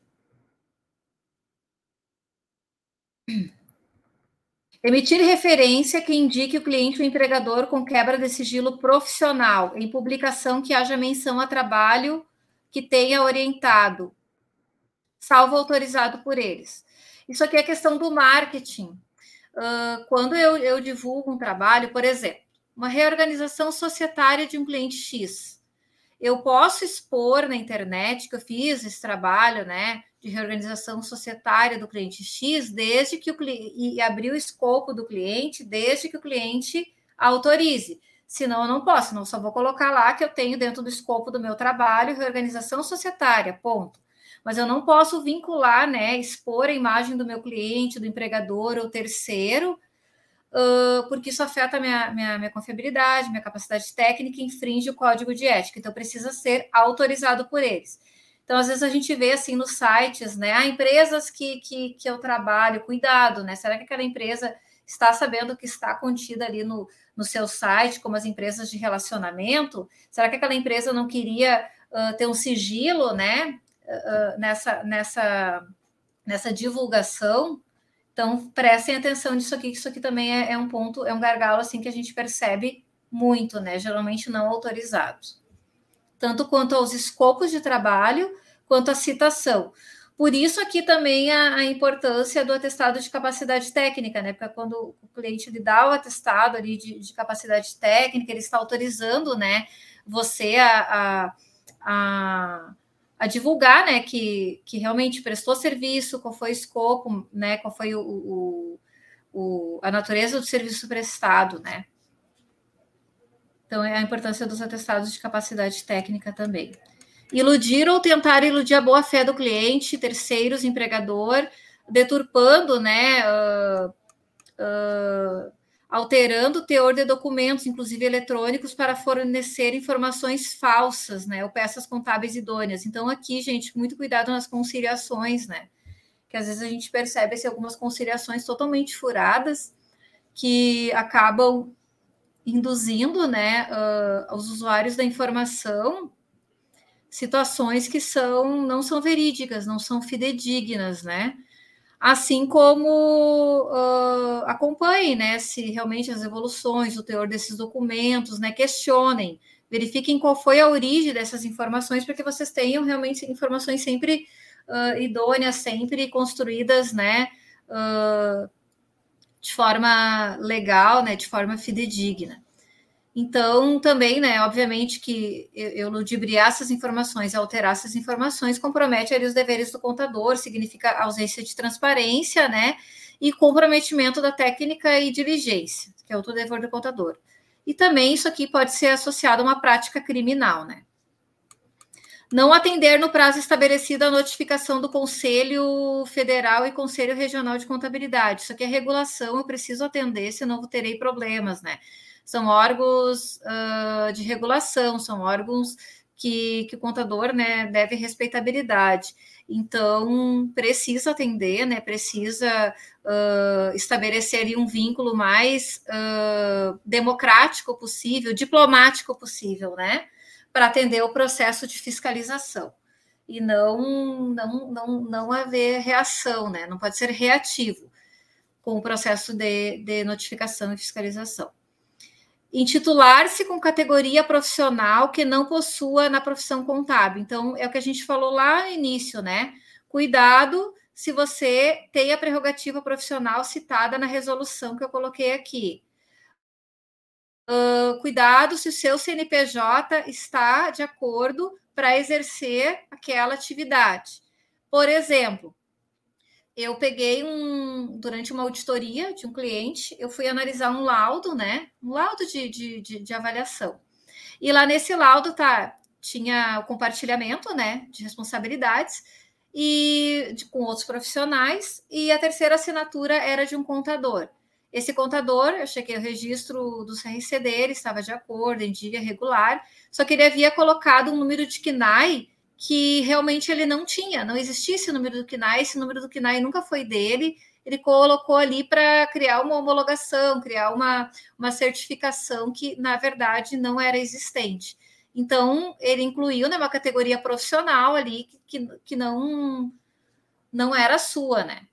Emitir referência que indique o cliente ou empregador com quebra de sigilo profissional, em publicação que haja menção a trabalho que tenha orientado, salvo autorizado por eles. Isso aqui é questão do marketing. Uh, quando eu, eu divulgo um trabalho, por exemplo, uma reorganização societária de um cliente X, eu posso expor na internet que eu fiz esse trabalho, né, de reorganização societária do cliente X, desde que o cliente, e abrir o escopo do cliente, desde que o cliente autorize. Senão eu não posso, não só vou colocar lá que eu tenho dentro do escopo do meu trabalho reorganização societária, ponto. Mas eu não posso vincular, né, expor a imagem do meu cliente, do empregador ou terceiro, Uh, porque isso afeta a minha, minha, minha confiabilidade, minha capacidade técnica, infringe o código de ética, então precisa ser autorizado por eles. Então, às vezes a gente vê assim nos sites, né, há empresas que, que, que eu trabalho, cuidado, né, será que aquela empresa está sabendo o que está contido ali no, no seu site, como as empresas de relacionamento? Será que aquela empresa não queria uh, ter um sigilo, né, uh, nessa, nessa, nessa divulgação? Então, prestem atenção nisso aqui, que isso aqui também é, é um ponto, é um gargalo assim que a gente percebe muito, né? Geralmente não autorizados. Tanto quanto aos escopos de trabalho, quanto à citação. Por isso aqui também a, a importância do atestado de capacidade técnica, né? Porque quando o cliente lhe dá o atestado ali de, de capacidade técnica, ele está autorizando, né, você a, a, a a divulgar, né, que, que realmente prestou serviço, qual foi o escopo, né, qual foi o, o, o, a natureza do serviço prestado, né. Então, é a importância dos atestados de capacidade técnica também. Iludir ou tentar iludir a boa-fé do cliente, terceiros, empregador, deturpando, né, uh, uh, alterando o teor de documentos, inclusive eletrônicos, para fornecer informações falsas, né, ou peças contábeis idôneas. Então, aqui, gente, muito cuidado nas conciliações, né, que às vezes a gente percebe assim, algumas conciliações totalmente furadas que acabam induzindo, né, uh, aos usuários da informação situações que são, não são verídicas, não são fidedignas, né, assim como uh, acompanhem, né, se realmente as evoluções, o teor desses documentos, né, questionem, verifiquem qual foi a origem dessas informações, para que vocês tenham realmente informações sempre uh, idôneas, sempre construídas, né, uh, de forma legal, né, de forma fidedigna. Então, também, né, obviamente que eu ludibriar essas informações, alterar essas informações, compromete ali os deveres do contador, significa ausência de transparência, né, e comprometimento da técnica e diligência, que é outro dever do contador. E também isso aqui pode ser associado a uma prática criminal, né. Não atender no prazo estabelecido a notificação do Conselho Federal e Conselho Regional de Contabilidade. Isso aqui é regulação, eu preciso atender, senão eu terei problemas, né. São órgãos uh, de regulação, são órgãos que, que o contador, né, deve respeitabilidade. Então, precisa atender, né, precisa uh, estabelecer ali um vínculo mais uh, democrático possível, diplomático possível, né, para atender o processo de fiscalização. e não, não, não, não haver reação, né? Não pode ser reativo com o processo de, de notificação e fiscalização. Intitular-se com categoria profissional que não possua na profissão contábil. Então, é o que a gente falou lá no início, né? Cuidado se você tem a prerrogativa profissional citada na resolução que eu coloquei aqui. Uh, cuidado se o seu C N P J está de acordo para exercer aquela atividade. Por exemplo, eu peguei um, durante uma auditoria de um cliente, eu fui analisar um laudo, né? Um laudo de, de, de, de avaliação. E lá nesse laudo tá, tinha o compartilhamento, né? De responsabilidades e de, com outros profissionais, e a terceira assinatura era de um contador. Esse contador, eu chequei o registro do C R C dele, estava de acordo, em dia regular, só que ele havia colocado um número de C N A I que realmente ele não tinha, não existia esse número do C N A I, esse número do C N A I nunca foi dele, ele colocou ali para criar uma homologação, criar uma, uma certificação que, na verdade, não era existente. Então, ele incluiu, né, uma categoria profissional ali que, que não, não era sua, né?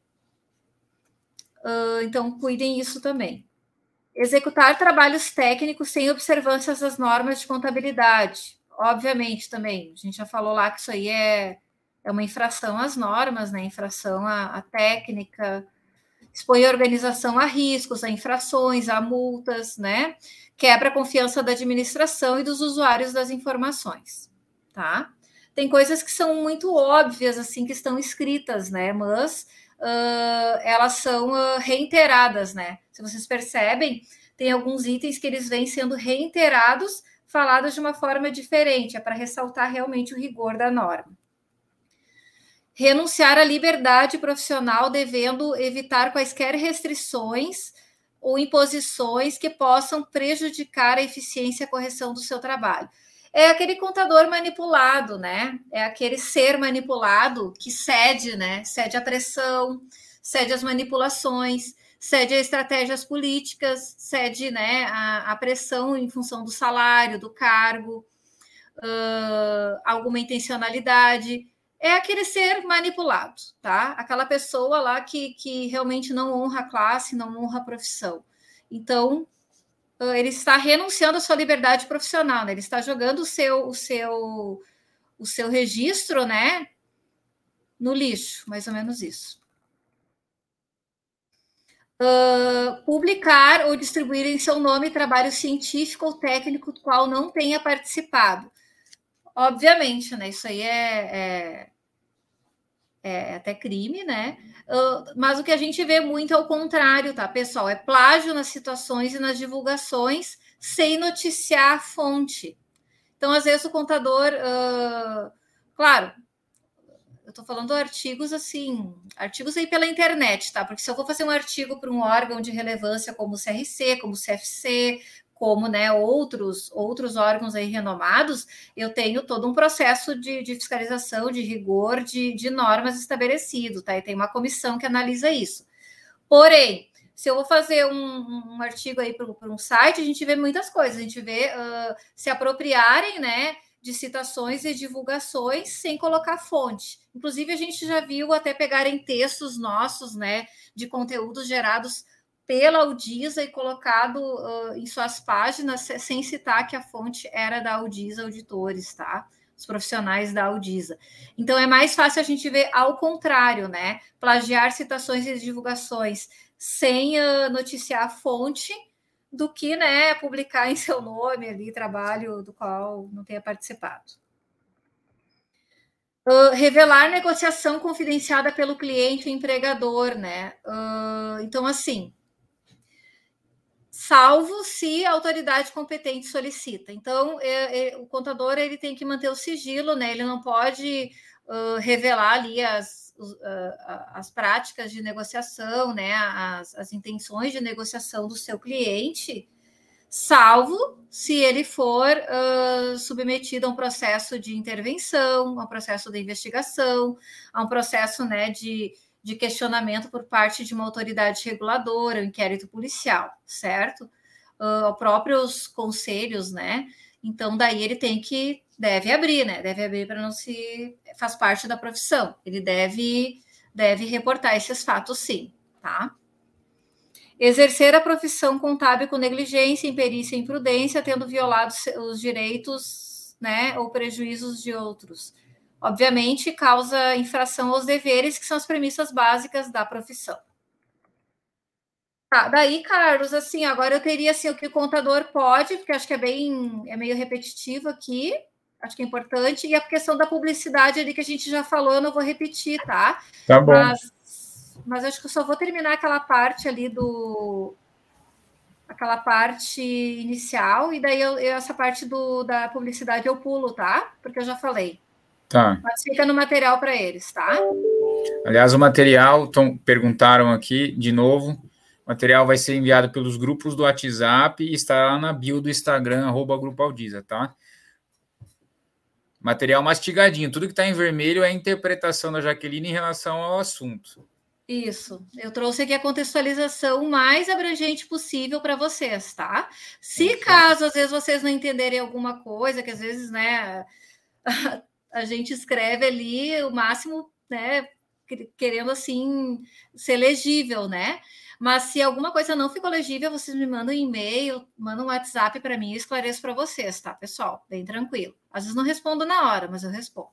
Uh, então, cuidem isso também. Executar trabalhos técnicos sem observâncias das normas de contabilidade. Obviamente, também, a gente já falou lá que isso aí é, é uma infração às normas, né? Infração à, à técnica, expõe a organização a riscos, a infrações, a multas, né? Quebra a confiança da administração e dos usuários das informações, tá? Tem coisas que são muito óbvias, assim, que estão escritas, né? Mas uh, elas são uh, reiteradas, né? Se vocês percebem, tem alguns itens que eles vêm sendo reiterados, falados de uma forma diferente, é para ressaltar realmente o rigor da norma. Renunciar à liberdade profissional, devendo evitar quaisquer restrições ou imposições que possam prejudicar a eficiência e a correção do seu trabalho. É aquele contador manipulado, né? É aquele ser manipulado que cede, né? Cede à pressão, cede às manipulações, cede a estratégias políticas, cede, né, a, a pressão em função do salário, do cargo, uh, alguma intencionalidade. É aquele ser manipulado, tá? Aquela pessoa lá que, que realmente não honra a classe, não honra a profissão. Então, ele está renunciando à sua liberdade profissional, né? Ele está jogando o seu, o seu, o seu registro, né, no lixo, mais ou menos isso. Uh, publicar ou distribuir em seu nome trabalho científico ou técnico do qual não tenha participado. Obviamente, né? Isso aí é... é... é até crime, né? Uh, mas o que a gente vê muito é o contrário, tá, pessoal? É plágio nas situações e nas divulgações sem noticiar a fonte. Então, às vezes, o contador... Uh, claro, eu estou falando artigos assim, artigos aí pela internet, tá? Porque se eu vou fazer um artigo para um órgão de relevância como o C R C, como o C F C, como, né, outros, outros órgãos aí renomados, eu tenho todo um processo de, de fiscalização, de rigor, de, de normas estabelecido, tá? E tem uma comissão que analisa isso. Porém, se eu vou fazer um, um artigo aí para um site, a gente vê muitas coisas, a gente vê uh, se apropriarem, né, de citações e divulgações sem colocar fonte. Inclusive, a gente já viu até pegarem textos nossos, né, de conteúdos gerados pela Audisa e colocado uh, em suas páginas sem citar que a fonte era da Audisa Auditores, tá? Os profissionais da Audisa. Então, é mais fácil a gente ver ao contrário, né? Plagiar citações e divulgações sem uh, noticiar a fonte do que, né, publicar em seu nome ali trabalho do qual não tenha participado. Uh, revelar negociação confidenciada pelo cliente ou empregador, né? Uh, então, assim, salvo se a autoridade competente solicita. Então, é, é, o contador ele tem que manter o sigilo, né? Ele não pode uh, revelar ali as, uh, as práticas de negociação, né? As, as intenções de negociação do seu cliente, salvo se ele for uh, submetido a um processo de intervenção, a um processo de investigação, a um processo, né, de, de questionamento por parte de uma autoridade reguladora, um inquérito policial, certo? Uh, próprios conselhos, né, Então, daí ele tem que, deve abrir, né? Deve abrir para não se... faz parte da profissão. Ele deve, deve reportar esses fatos, sim, tá? Exercer a profissão contábil com negligência, imperícia e imprudência, tendo violado os direitos, né, ou prejuízos de outros. Obviamente, causa infração aos deveres, que são as premissas básicas da profissão. Tá, daí, Carlos, assim, agora eu teria assim, o que o contador pode, porque acho que é bem, é meio repetitivo aqui, acho que é importante, e a questão da publicidade ali que a gente já falou, eu não vou repetir, tá? Tá bom. Mas, mas acho que eu só vou terminar aquela parte ali do... aquela parte inicial, e daí eu, eu, essa parte do, da publicidade eu pulo, tá? Porque eu já falei. Tá. Mas fica no material para eles, tá? Aliás, o material, tom, perguntaram aqui, de novo, o material vai ser enviado pelos grupos do WhatsApp e estará na bio do Instagram, arroba Grupo Aldiza, tá? Material mastigadinho, tudo que está em vermelho é a interpretação da Jaqueline em relação ao assunto. Isso, eu trouxe aqui a contextualização mais abrangente possível para vocês, tá? Se caso, às vezes, vocês não entenderem alguma coisa, que às vezes, né, a, a gente escreve ali o máximo, né, querendo, assim, ser legível, né? Mas se alguma coisa não ficou legível, vocês me mandam um e-mail, mandam um WhatsApp para mim e esclareço para vocês, tá, pessoal? Bem tranquilo. Às vezes não respondo na hora, mas eu respondo.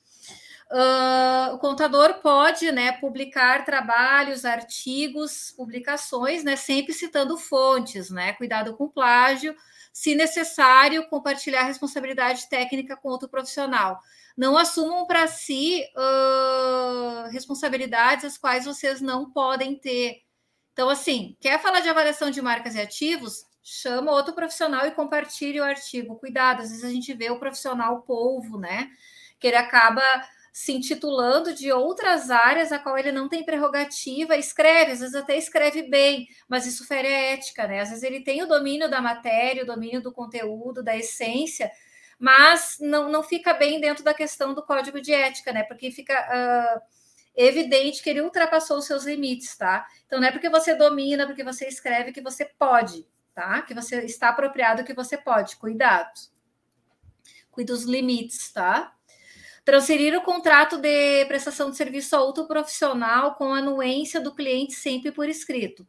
Uh, o contador pode, né, publicar trabalhos, artigos, publicações, né, sempre citando fontes, né, cuidado com plágio, se necessário, compartilhar responsabilidade técnica com outro profissional. Não assumam para si uh, responsabilidades as quais vocês não podem ter. Então, assim, quer falar de avaliação de marcas e ativos? Chama outro profissional e compartilhe o artigo. Cuidado, às vezes a gente vê o profissional polvo, né, que ele acaba se intitulando de outras áreas a qual ele não tem prerrogativa, escreve, às vezes até escreve bem, mas isso fere a ética, né? Às vezes ele tem o domínio da matéria, o domínio do conteúdo, da essência, mas não, não fica bem dentro da questão do código de ética, né? Porque fica uh, evidente que ele ultrapassou os seus limites, tá? Então não é porque você domina, porque você escreve que você pode, tá? Que você está apropriado, que você pode. Cuidado. Cuide dos limites, tá? Transferir o contrato de prestação de serviço a outro profissional com anuência do cliente sempre por escrito.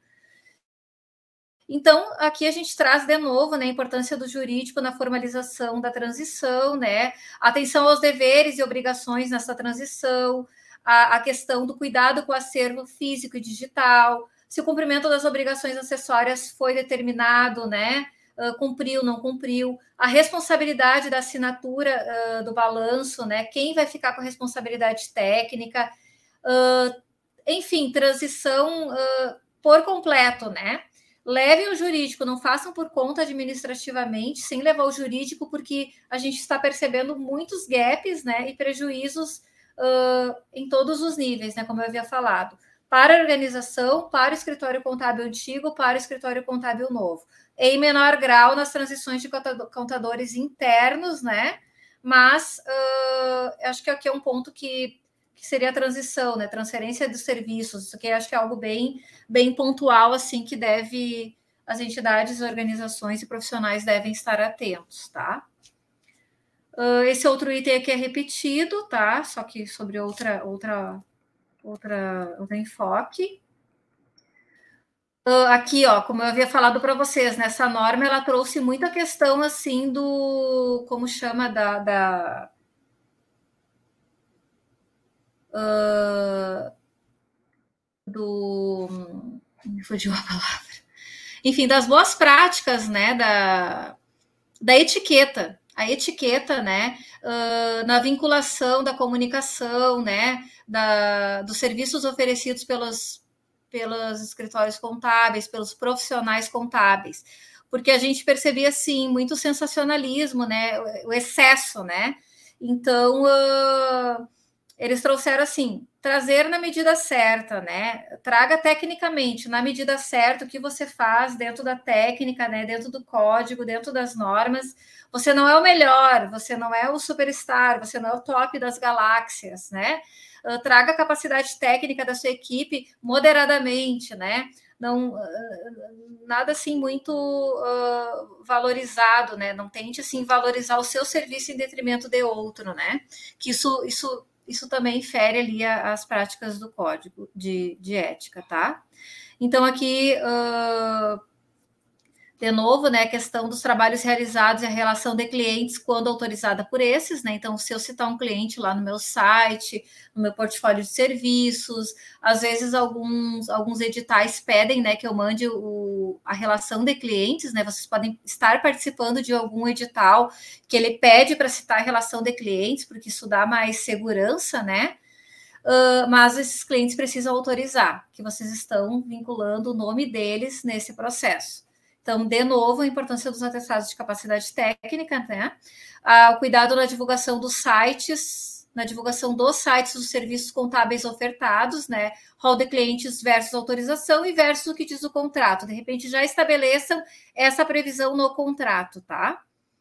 Então, aqui a gente traz de novo, né, a importância do jurídico na formalização da transição, né? Atenção aos deveres e obrigações nessa transição, a, a questão do cuidado com o acervo físico e digital, se o cumprimento das obrigações acessórias foi determinado, né? Uh, cumpriu, não cumpriu, a responsabilidade da assinatura uh, do balanço, né? Quem vai ficar com a responsabilidade técnica, uh, enfim, transição uh, por completo, né? Levem o jurídico, não façam por conta administrativamente, sem levar o jurídico, porque a gente está percebendo muitos gaps, né? E prejuízos uh, em todos os níveis, né? Como eu havia falado. Para a organização, para o escritório contábil antigo, para o escritório contábil novo. Em menor grau nas transições de contadores internos, né? Mas uh, acho que aqui é um ponto que, que seria a transição, né? Transferência dos serviços. Isso aqui acho que é algo bem, bem pontual, assim, que deve as entidades, organizações e profissionais devem estar atentos, tá? Uh, esse outro item aqui é repetido, tá? Só que sobre outra, outra, outra, outro enfoque. Uh, aqui, ó, como eu havia falado para vocês, nessa norma ela trouxe muita questão assim do, como chama, da, da uh, do, me fugiu a palavra, enfim, das boas práticas, né, da, da etiqueta, a etiqueta, né, uh, na vinculação da comunicação, né, da, dos serviços oferecidos pelos pelos escritórios contábeis, pelos profissionais contábeis, porque a gente percebia, assim, muito sensacionalismo, né, o excesso, né, então uh, eles trouxeram, assim, trazer na medida certa, né, traga tecnicamente, na medida certa, o que você faz dentro da técnica, né, dentro do código, dentro das normas. Você não é o melhor, você não é o superstar, você não é o top das galáxias, né, Uh, traga a capacidade técnica da sua equipe moderadamente, né? não nada assim muito uh, valorizado, né? Não tente assim valorizar o seu serviço em detrimento de outro, né? Que isso, isso, isso também fere ali as práticas do código de, de ética, tá? Então aqui uh, de novo, né, a questão dos trabalhos realizados e a relação de clientes quando autorizada por esses, né? Então, se eu citar um cliente lá no meu site, no meu portfólio de serviços, às vezes alguns, alguns editais pedem, né, que eu mande o, a relação de clientes, né? Vocês podem estar participando de algum edital que ele pede para citar a relação de clientes, porque isso dá mais segurança, né? Uh, mas esses clientes precisam autorizar que vocês estão vinculando o nome deles nesse processo. Então, de novo, a importância dos atestados de capacidade técnica, né? Ah, o cuidado na divulgação dos sites, na divulgação dos sites dos serviços contábeis ofertados, né? Rol de clientes versus autorização e versus o que diz o contrato. De repente, já estabeleçam essa previsão no contrato, tá?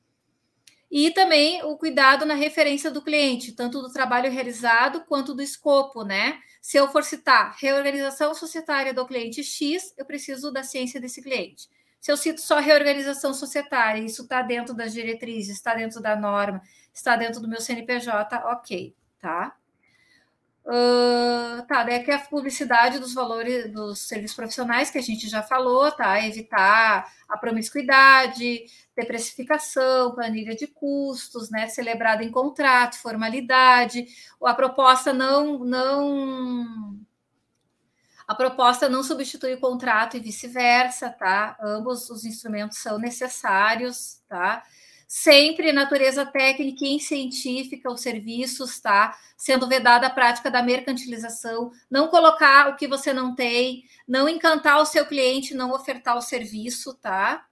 E também o cuidado na referência do cliente, tanto do trabalho realizado quanto do escopo, né? Se eu for citar reorganização societária do cliente X, eu preciso da ciência desse cliente. Se eu cito só reorganização societária, isso está dentro das diretrizes, está dentro da norma, está dentro do meu C N P J, ok, tá? Uh, tá, daí aqui a publicidade dos valores dos serviços profissionais, que a gente já falou, tá? Evitar a promiscuidade, deprecificação, planilha de custos, né? Celebrado em contrato, formalidade, a proposta não, não A proposta não substitui o contrato e vice-versa, tá? Ambos os instrumentos são necessários, tá? Sempre natureza técnica e científica os serviços, tá? Sendo vedada a prática da mercantilização, não colocar o que você não tem, não encantar o seu cliente, não ofertar o serviço, tá?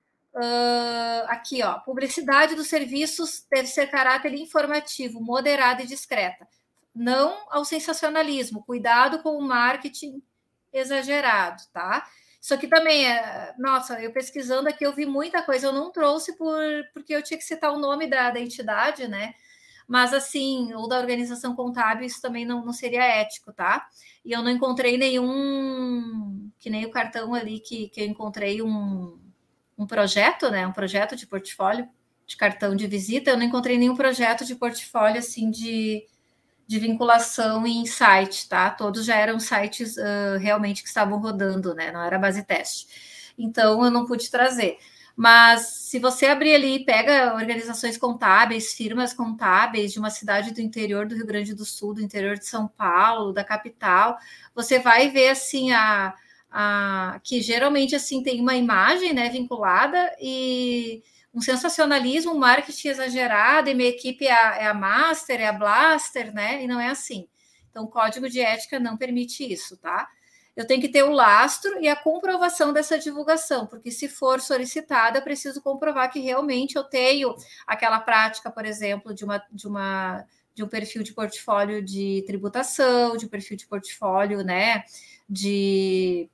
Uh, aqui, ó, publicidade dos serviços deve ser caráter informativo, moderada e discreta. Não ao sensacionalismo, cuidado com o marketing exagerado, tá? Isso aqui também é... Nossa, eu pesquisando aqui, eu vi muita coisa, eu não trouxe por, porque eu tinha que citar o nome da, da entidade, né? Mas, assim, ou da organização contábil, isso também não, não seria ético, tá? E eu não encontrei nenhum... Que nem o cartão ali, que, que eu encontrei um, um projeto, né? Um projeto de portfólio, de cartão de visita, eu não encontrei nenhum projeto de portfólio, assim, de... de vinculação em site, tá? Todos já eram sites uh, realmente que estavam rodando, né? Não era base teste. Então, eu não pude trazer. Mas, se você abrir ali e pega organizações contábeis, firmas contábeis de uma cidade do interior do Rio Grande do Sul, do interior de São Paulo, da capital, você vai ver, assim, a, a, que geralmente, assim, tem uma imagem, né, vinculada e... um sensacionalismo, um marketing exagerado, e minha equipe é a, é a master, é a blaster, né? E não é assim. Então, o código de ética não permite isso, tá? Eu tenho que ter o lastro e a comprovação dessa divulgação, porque se for solicitada, eu preciso comprovar que realmente eu tenho aquela prática, por exemplo, de uma, de uma de um perfil de portfólio de tributação, de um perfil de portfólio, né? De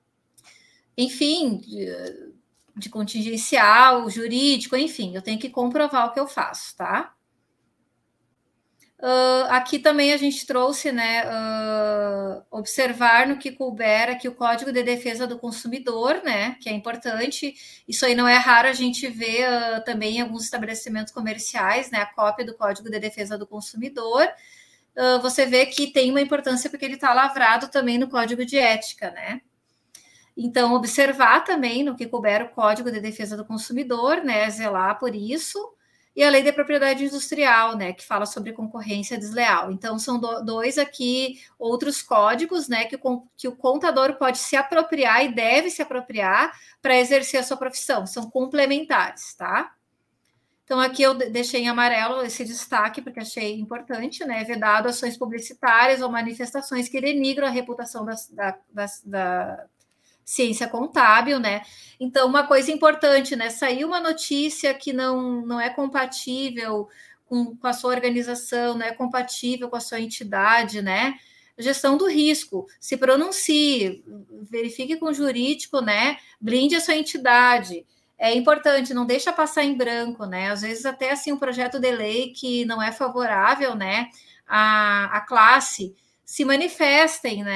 enfim, de, de contingencial, jurídico, enfim, eu tenho que comprovar o que eu faço, tá? Uh, aqui também a gente trouxe, né, uh, observar no que couber aqui o Código de Defesa do Consumidor, né, que é importante. Isso aí não é raro a gente ver uh, também em alguns estabelecimentos comerciais, né, a cópia do Código de Defesa do Consumidor. Uh, você vê que tem uma importância porque ele está lavrado também no Código de Ética, né? Então, observar também no que couber o Código de Defesa do Consumidor, né, zelar por isso, e a Lei de Propriedade Industrial, né, que fala sobre concorrência desleal. Então, são do, dois aqui, outros códigos, né, que o, que o contador pode se apropriar e deve se apropriar para exercer a sua profissão, são complementares, tá? Então, aqui eu deixei em amarelo esse destaque, porque achei importante, né, vedado ações publicitárias ou manifestações que denigram a reputação das, da, das, da ciência contábil, né? Então, uma coisa importante, né? Saiu uma notícia que não, não é compatível com, com a sua organização, não é compatível com a sua entidade, né? Gestão do risco, se pronuncie, verifique com o jurídico, né? Blinde a sua entidade. É importante, não deixa passar em branco, né? Às vezes até assim um projeto de lei que não é favorável, né? A, a classe, se manifestem, né?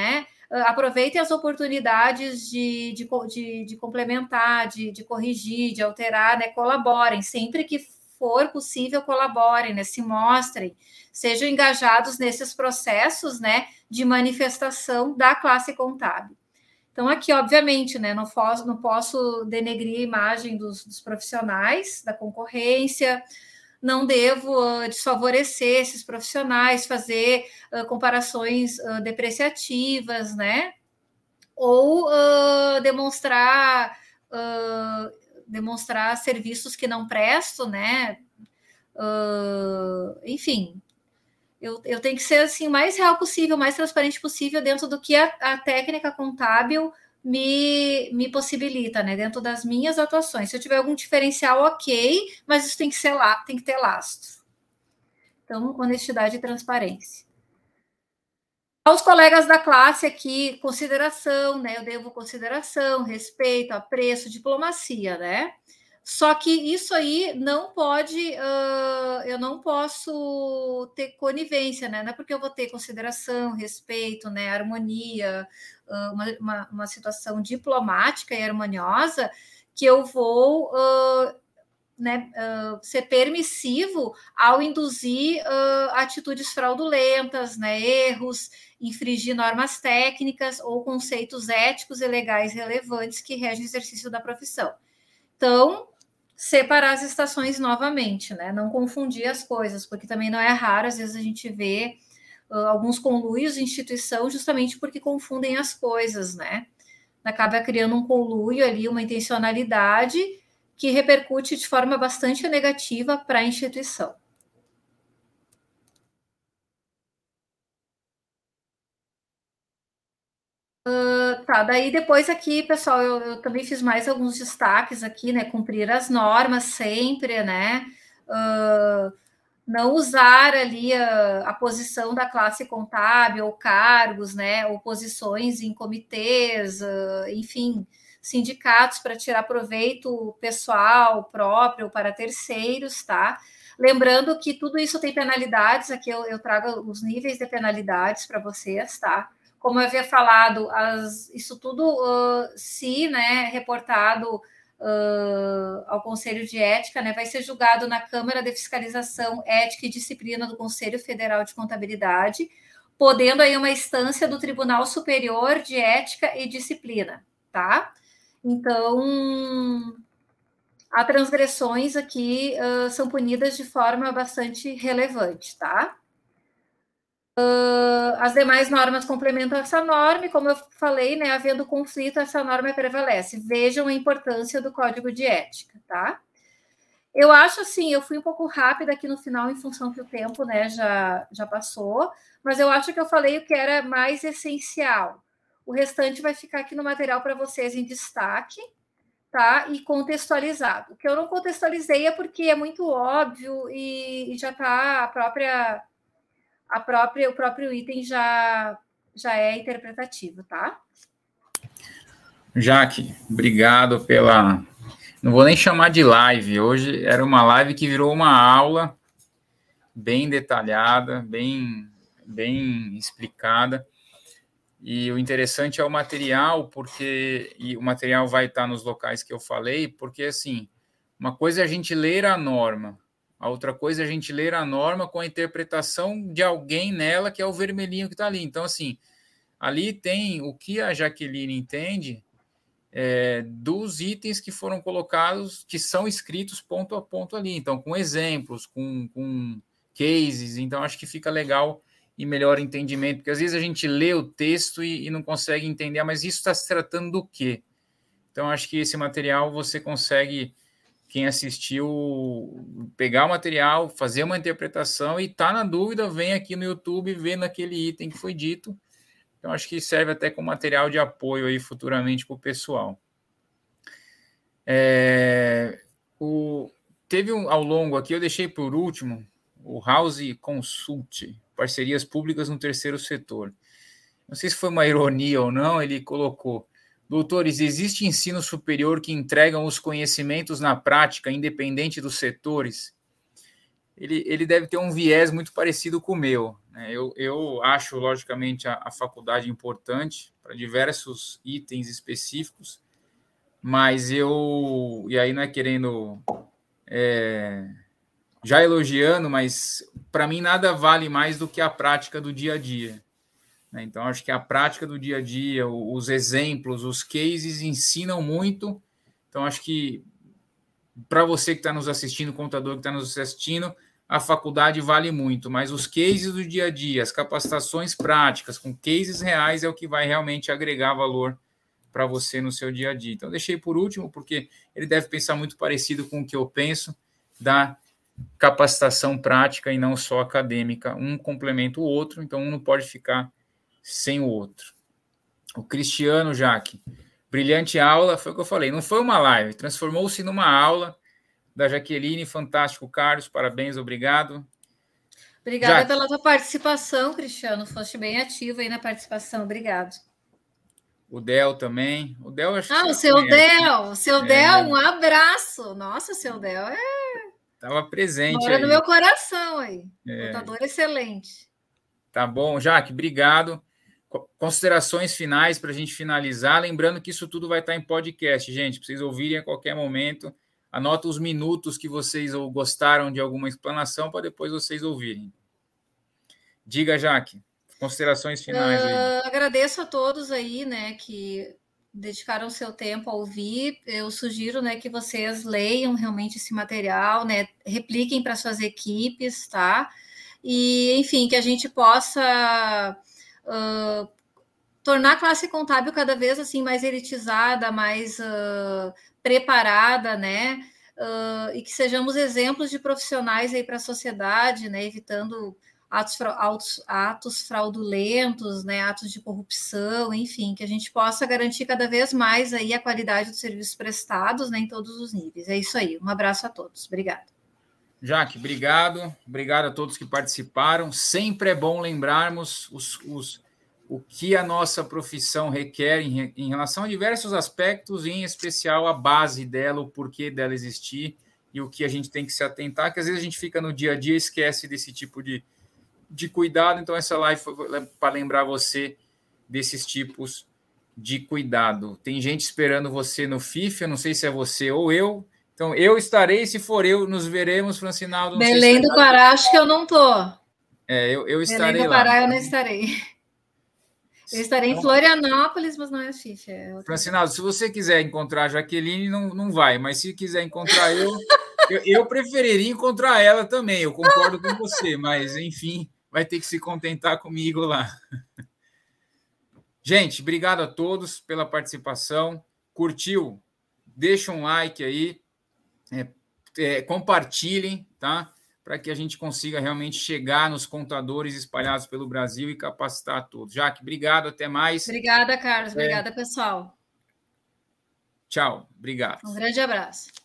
aproveitem as oportunidades de, de, de, de complementar, de, de corrigir, de alterar, né? Colaborem, sempre que for possível, colaborem, né? Se mostrem, sejam engajados nesses processos, né? De manifestação da classe contábil. Então, aqui, obviamente, né? Não posso, não posso denegrir a imagem dos, dos profissionais, da concorrência, não devo uh, desfavorecer esses profissionais, fazer uh, comparações uh, depreciativas, né? Ou uh, demonstrar, uh, demonstrar serviços que não presto, né? Uh, enfim, eu, eu tenho que ser assim, o mais real possível, o mais transparente possível dentro do que a, a técnica contábil me, me possibilita, né? Dentro das minhas atuações. Se eu tiver algum diferencial, ok, mas isso tem que ser lá, tem que ter lastro. Então, honestidade e transparência. Aos colegas da classe aqui, consideração, né? Eu devo consideração, respeito, apreço, diplomacia, né? Só que isso aí não pode, uh, eu não posso ter conivência, né? Não é porque eu vou ter consideração, respeito, né? Harmonia, uh, uma, uma, uma situação diplomática e harmoniosa, que eu vou uh, né, uh, ser permissivo ao induzir uh, atitudes fraudulentas, né? Erros, infringir normas técnicas ou conceitos éticos e legais relevantes que regem o exercício da profissão. Então, separar as estações novamente, né? Não confundir as coisas, porque também não é raro, às vezes a gente vê uh, alguns conluios de instituição justamente porque confundem as coisas, né? Acaba criando um conluio ali, uma intencionalidade que repercute de forma bastante negativa para a instituição. Uh, tá, daí depois aqui, pessoal, eu, eu também fiz mais alguns destaques aqui, né? Cumprir as normas sempre, né? Uh, não usar ali a, a posição da classe contábil, ou cargos, né? Ou posições em comitês, uh, enfim, sindicatos para tirar proveito pessoal, próprio, para terceiros, tá? Lembrando que tudo isso tem penalidades, aqui eu, eu trago os níveis de penalidades para vocês, tá? Como eu havia falado, as, isso tudo, uh, se né, reportado uh, ao Conselho de Ética, né, vai ser julgado na Câmara de Fiscalização, Ética e Disciplina do Conselho Federal de Contabilidade, podendo aí uma instância do Tribunal Superior de Ética e Disciplina, tá? Então, as transgressões aqui uh, são punidas de forma bastante relevante, tá? Uh, as demais normas complementam essa norma, e como eu falei, né, havendo conflito, essa norma prevalece. Vejam a importância do Código de Ética, tá? Eu acho assim, eu fui um pouco rápida aqui no final, em função que o tempo, né, já, já passou, mas eu acho que eu falei o que era mais essencial. O restante vai ficar aqui no material para vocês em destaque, tá? E contextualizado. O que eu não contextualizei é porque é muito óbvio e, e já está a própria... A própria, o próprio item já, já é interpretativo, tá? Jaque, obrigado pela... Não vou nem chamar de live. Hoje era uma live que virou uma aula bem detalhada, bem, bem explicada. E o interessante é o material, porque e o material vai estar nos locais que eu falei, porque, assim, uma coisa é a gente ler a norma, a outra coisa é a gente ler a norma com a interpretação de alguém nela, que é o vermelhinho que está ali. Então, assim, ali tem o que a Jaqueline entende é, dos itens que foram colocados, que são escritos ponto a ponto ali. Então, com exemplos, com, com cases. Então, acho que fica legal e melhor entendimento, porque às vezes a gente lê o texto e, e não consegue entender, mas isso está se tratando do quê? Então, acho que esse material você consegue... Quem assistiu, pegar o material, fazer uma interpretação e tá na dúvida, vem aqui no YouTube vendo aquele item que foi dito. Então, acho que serve até como material de apoio aí futuramente para o pessoal. É, o, teve um ao longo aqui, eu deixei por último, o House Consult, parcerias públicas no terceiro setor. Não sei se foi uma ironia ou não, ele colocou: doutores, existe ensino superior que entregam os conhecimentos na prática, independente dos setores? ele, ele deve ter um viés muito parecido com o meu. Né? Eu, eu acho, logicamente, a, a faculdade importante para diversos itens específicos, mas eu... E aí não é querendo... É, já elogiando, mas para mim nada vale mais do que a prática do dia a dia. Né? Então, acho que a prática do dia a dia, os exemplos, os cases ensinam muito. Então, acho que para você que está nos assistindo, contador que está nos assistindo, a faculdade vale muito, mas os cases do dia a dia, as capacitações práticas com cases reais é o que vai realmente agregar valor para você no seu dia a dia. Então, deixei por último, porque ele deve pensar muito parecido com o que eu penso da capacitação prática e não só acadêmica. Um complementa o outro, então um não pode ficar sem o outro. O Cristiano Jaque, brilhante aula, foi o que eu falei, não foi uma live, transformou-se numa aula da Jaqueline, fantástico, Carlos, parabéns, obrigado. Obrigada Jaque. Pela tua participação, Cristiano, foste bem ativo aí na participação, obrigado. O Del também, o Del acho Ah, que o seu Del, o seu é. Del, um abraço, nossa, o seu Del é... Estava presente Mora aí. no meu coração aí, é. Contador excelente. Tá bom, Jaque, obrigado. Considerações finais para a gente finalizar. Lembrando que isso tudo vai estar em podcast, gente, para vocês ouvirem a qualquer momento. Anota os minutos que vocês ou gostaram de alguma explanação para depois vocês ouvirem. Diga, Jaque, considerações finais. Aí. Uh, agradeço a todos aí, né, que dedicaram seu tempo a ouvir. Eu sugiro, né, que vocês leiam realmente esse material, né, repliquem para suas equipes, tá? E, enfim, que a gente possa uh, tornar a classe contábil cada vez assim mais elitizada, mais uh, preparada, né? Uh, e que sejamos exemplos de profissionais aí para a sociedade, né? Evitando atos, atos, atos fraudulentos, né? Atos de corrupção, enfim, que a gente possa garantir cada vez mais aí a qualidade dos serviços prestados, né? Em todos os níveis. É isso aí. Um abraço a todos. Obrigada. Jaque, obrigado. Obrigado a todos que participaram. Sempre é bom lembrarmos os, os, o que a nossa profissão requer em, em relação a diversos aspectos, e em especial a base dela, o porquê dela existir e o que a gente tem que se atentar, que às vezes a gente fica no dia a dia e esquece desse tipo de, de cuidado. Então, essa live foi para lembrar você desses tipos de cuidado. Tem gente esperando você no F I F, eu não sei se é você ou eu. Então, eu estarei, se for eu, nos veremos, Francinaldo. Belém se do Pará, acho que eu não estou. É, eu, eu estarei Belém do lá. Pará, eu não estarei. Eu estarei em Florianópolis, mas não é F I F. É Francinaldo, se você quiser encontrar a Jaqueline, não, não vai. Mas se quiser encontrar eu, eu, eu preferiria encontrar ela também. Eu concordo com você, mas, enfim, vai ter que se contentar comigo lá. Gente, obrigado a todos pela participação. Curtiu? Deixa um like aí. É, é, compartilhem, tá? Para que a gente consiga realmente chegar nos contadores espalhados pelo Brasil e capacitar a todos. Jaque, obrigado, até mais. Obrigada, Carlos. É. Obrigada, pessoal. Tchau, obrigado. Um grande abraço.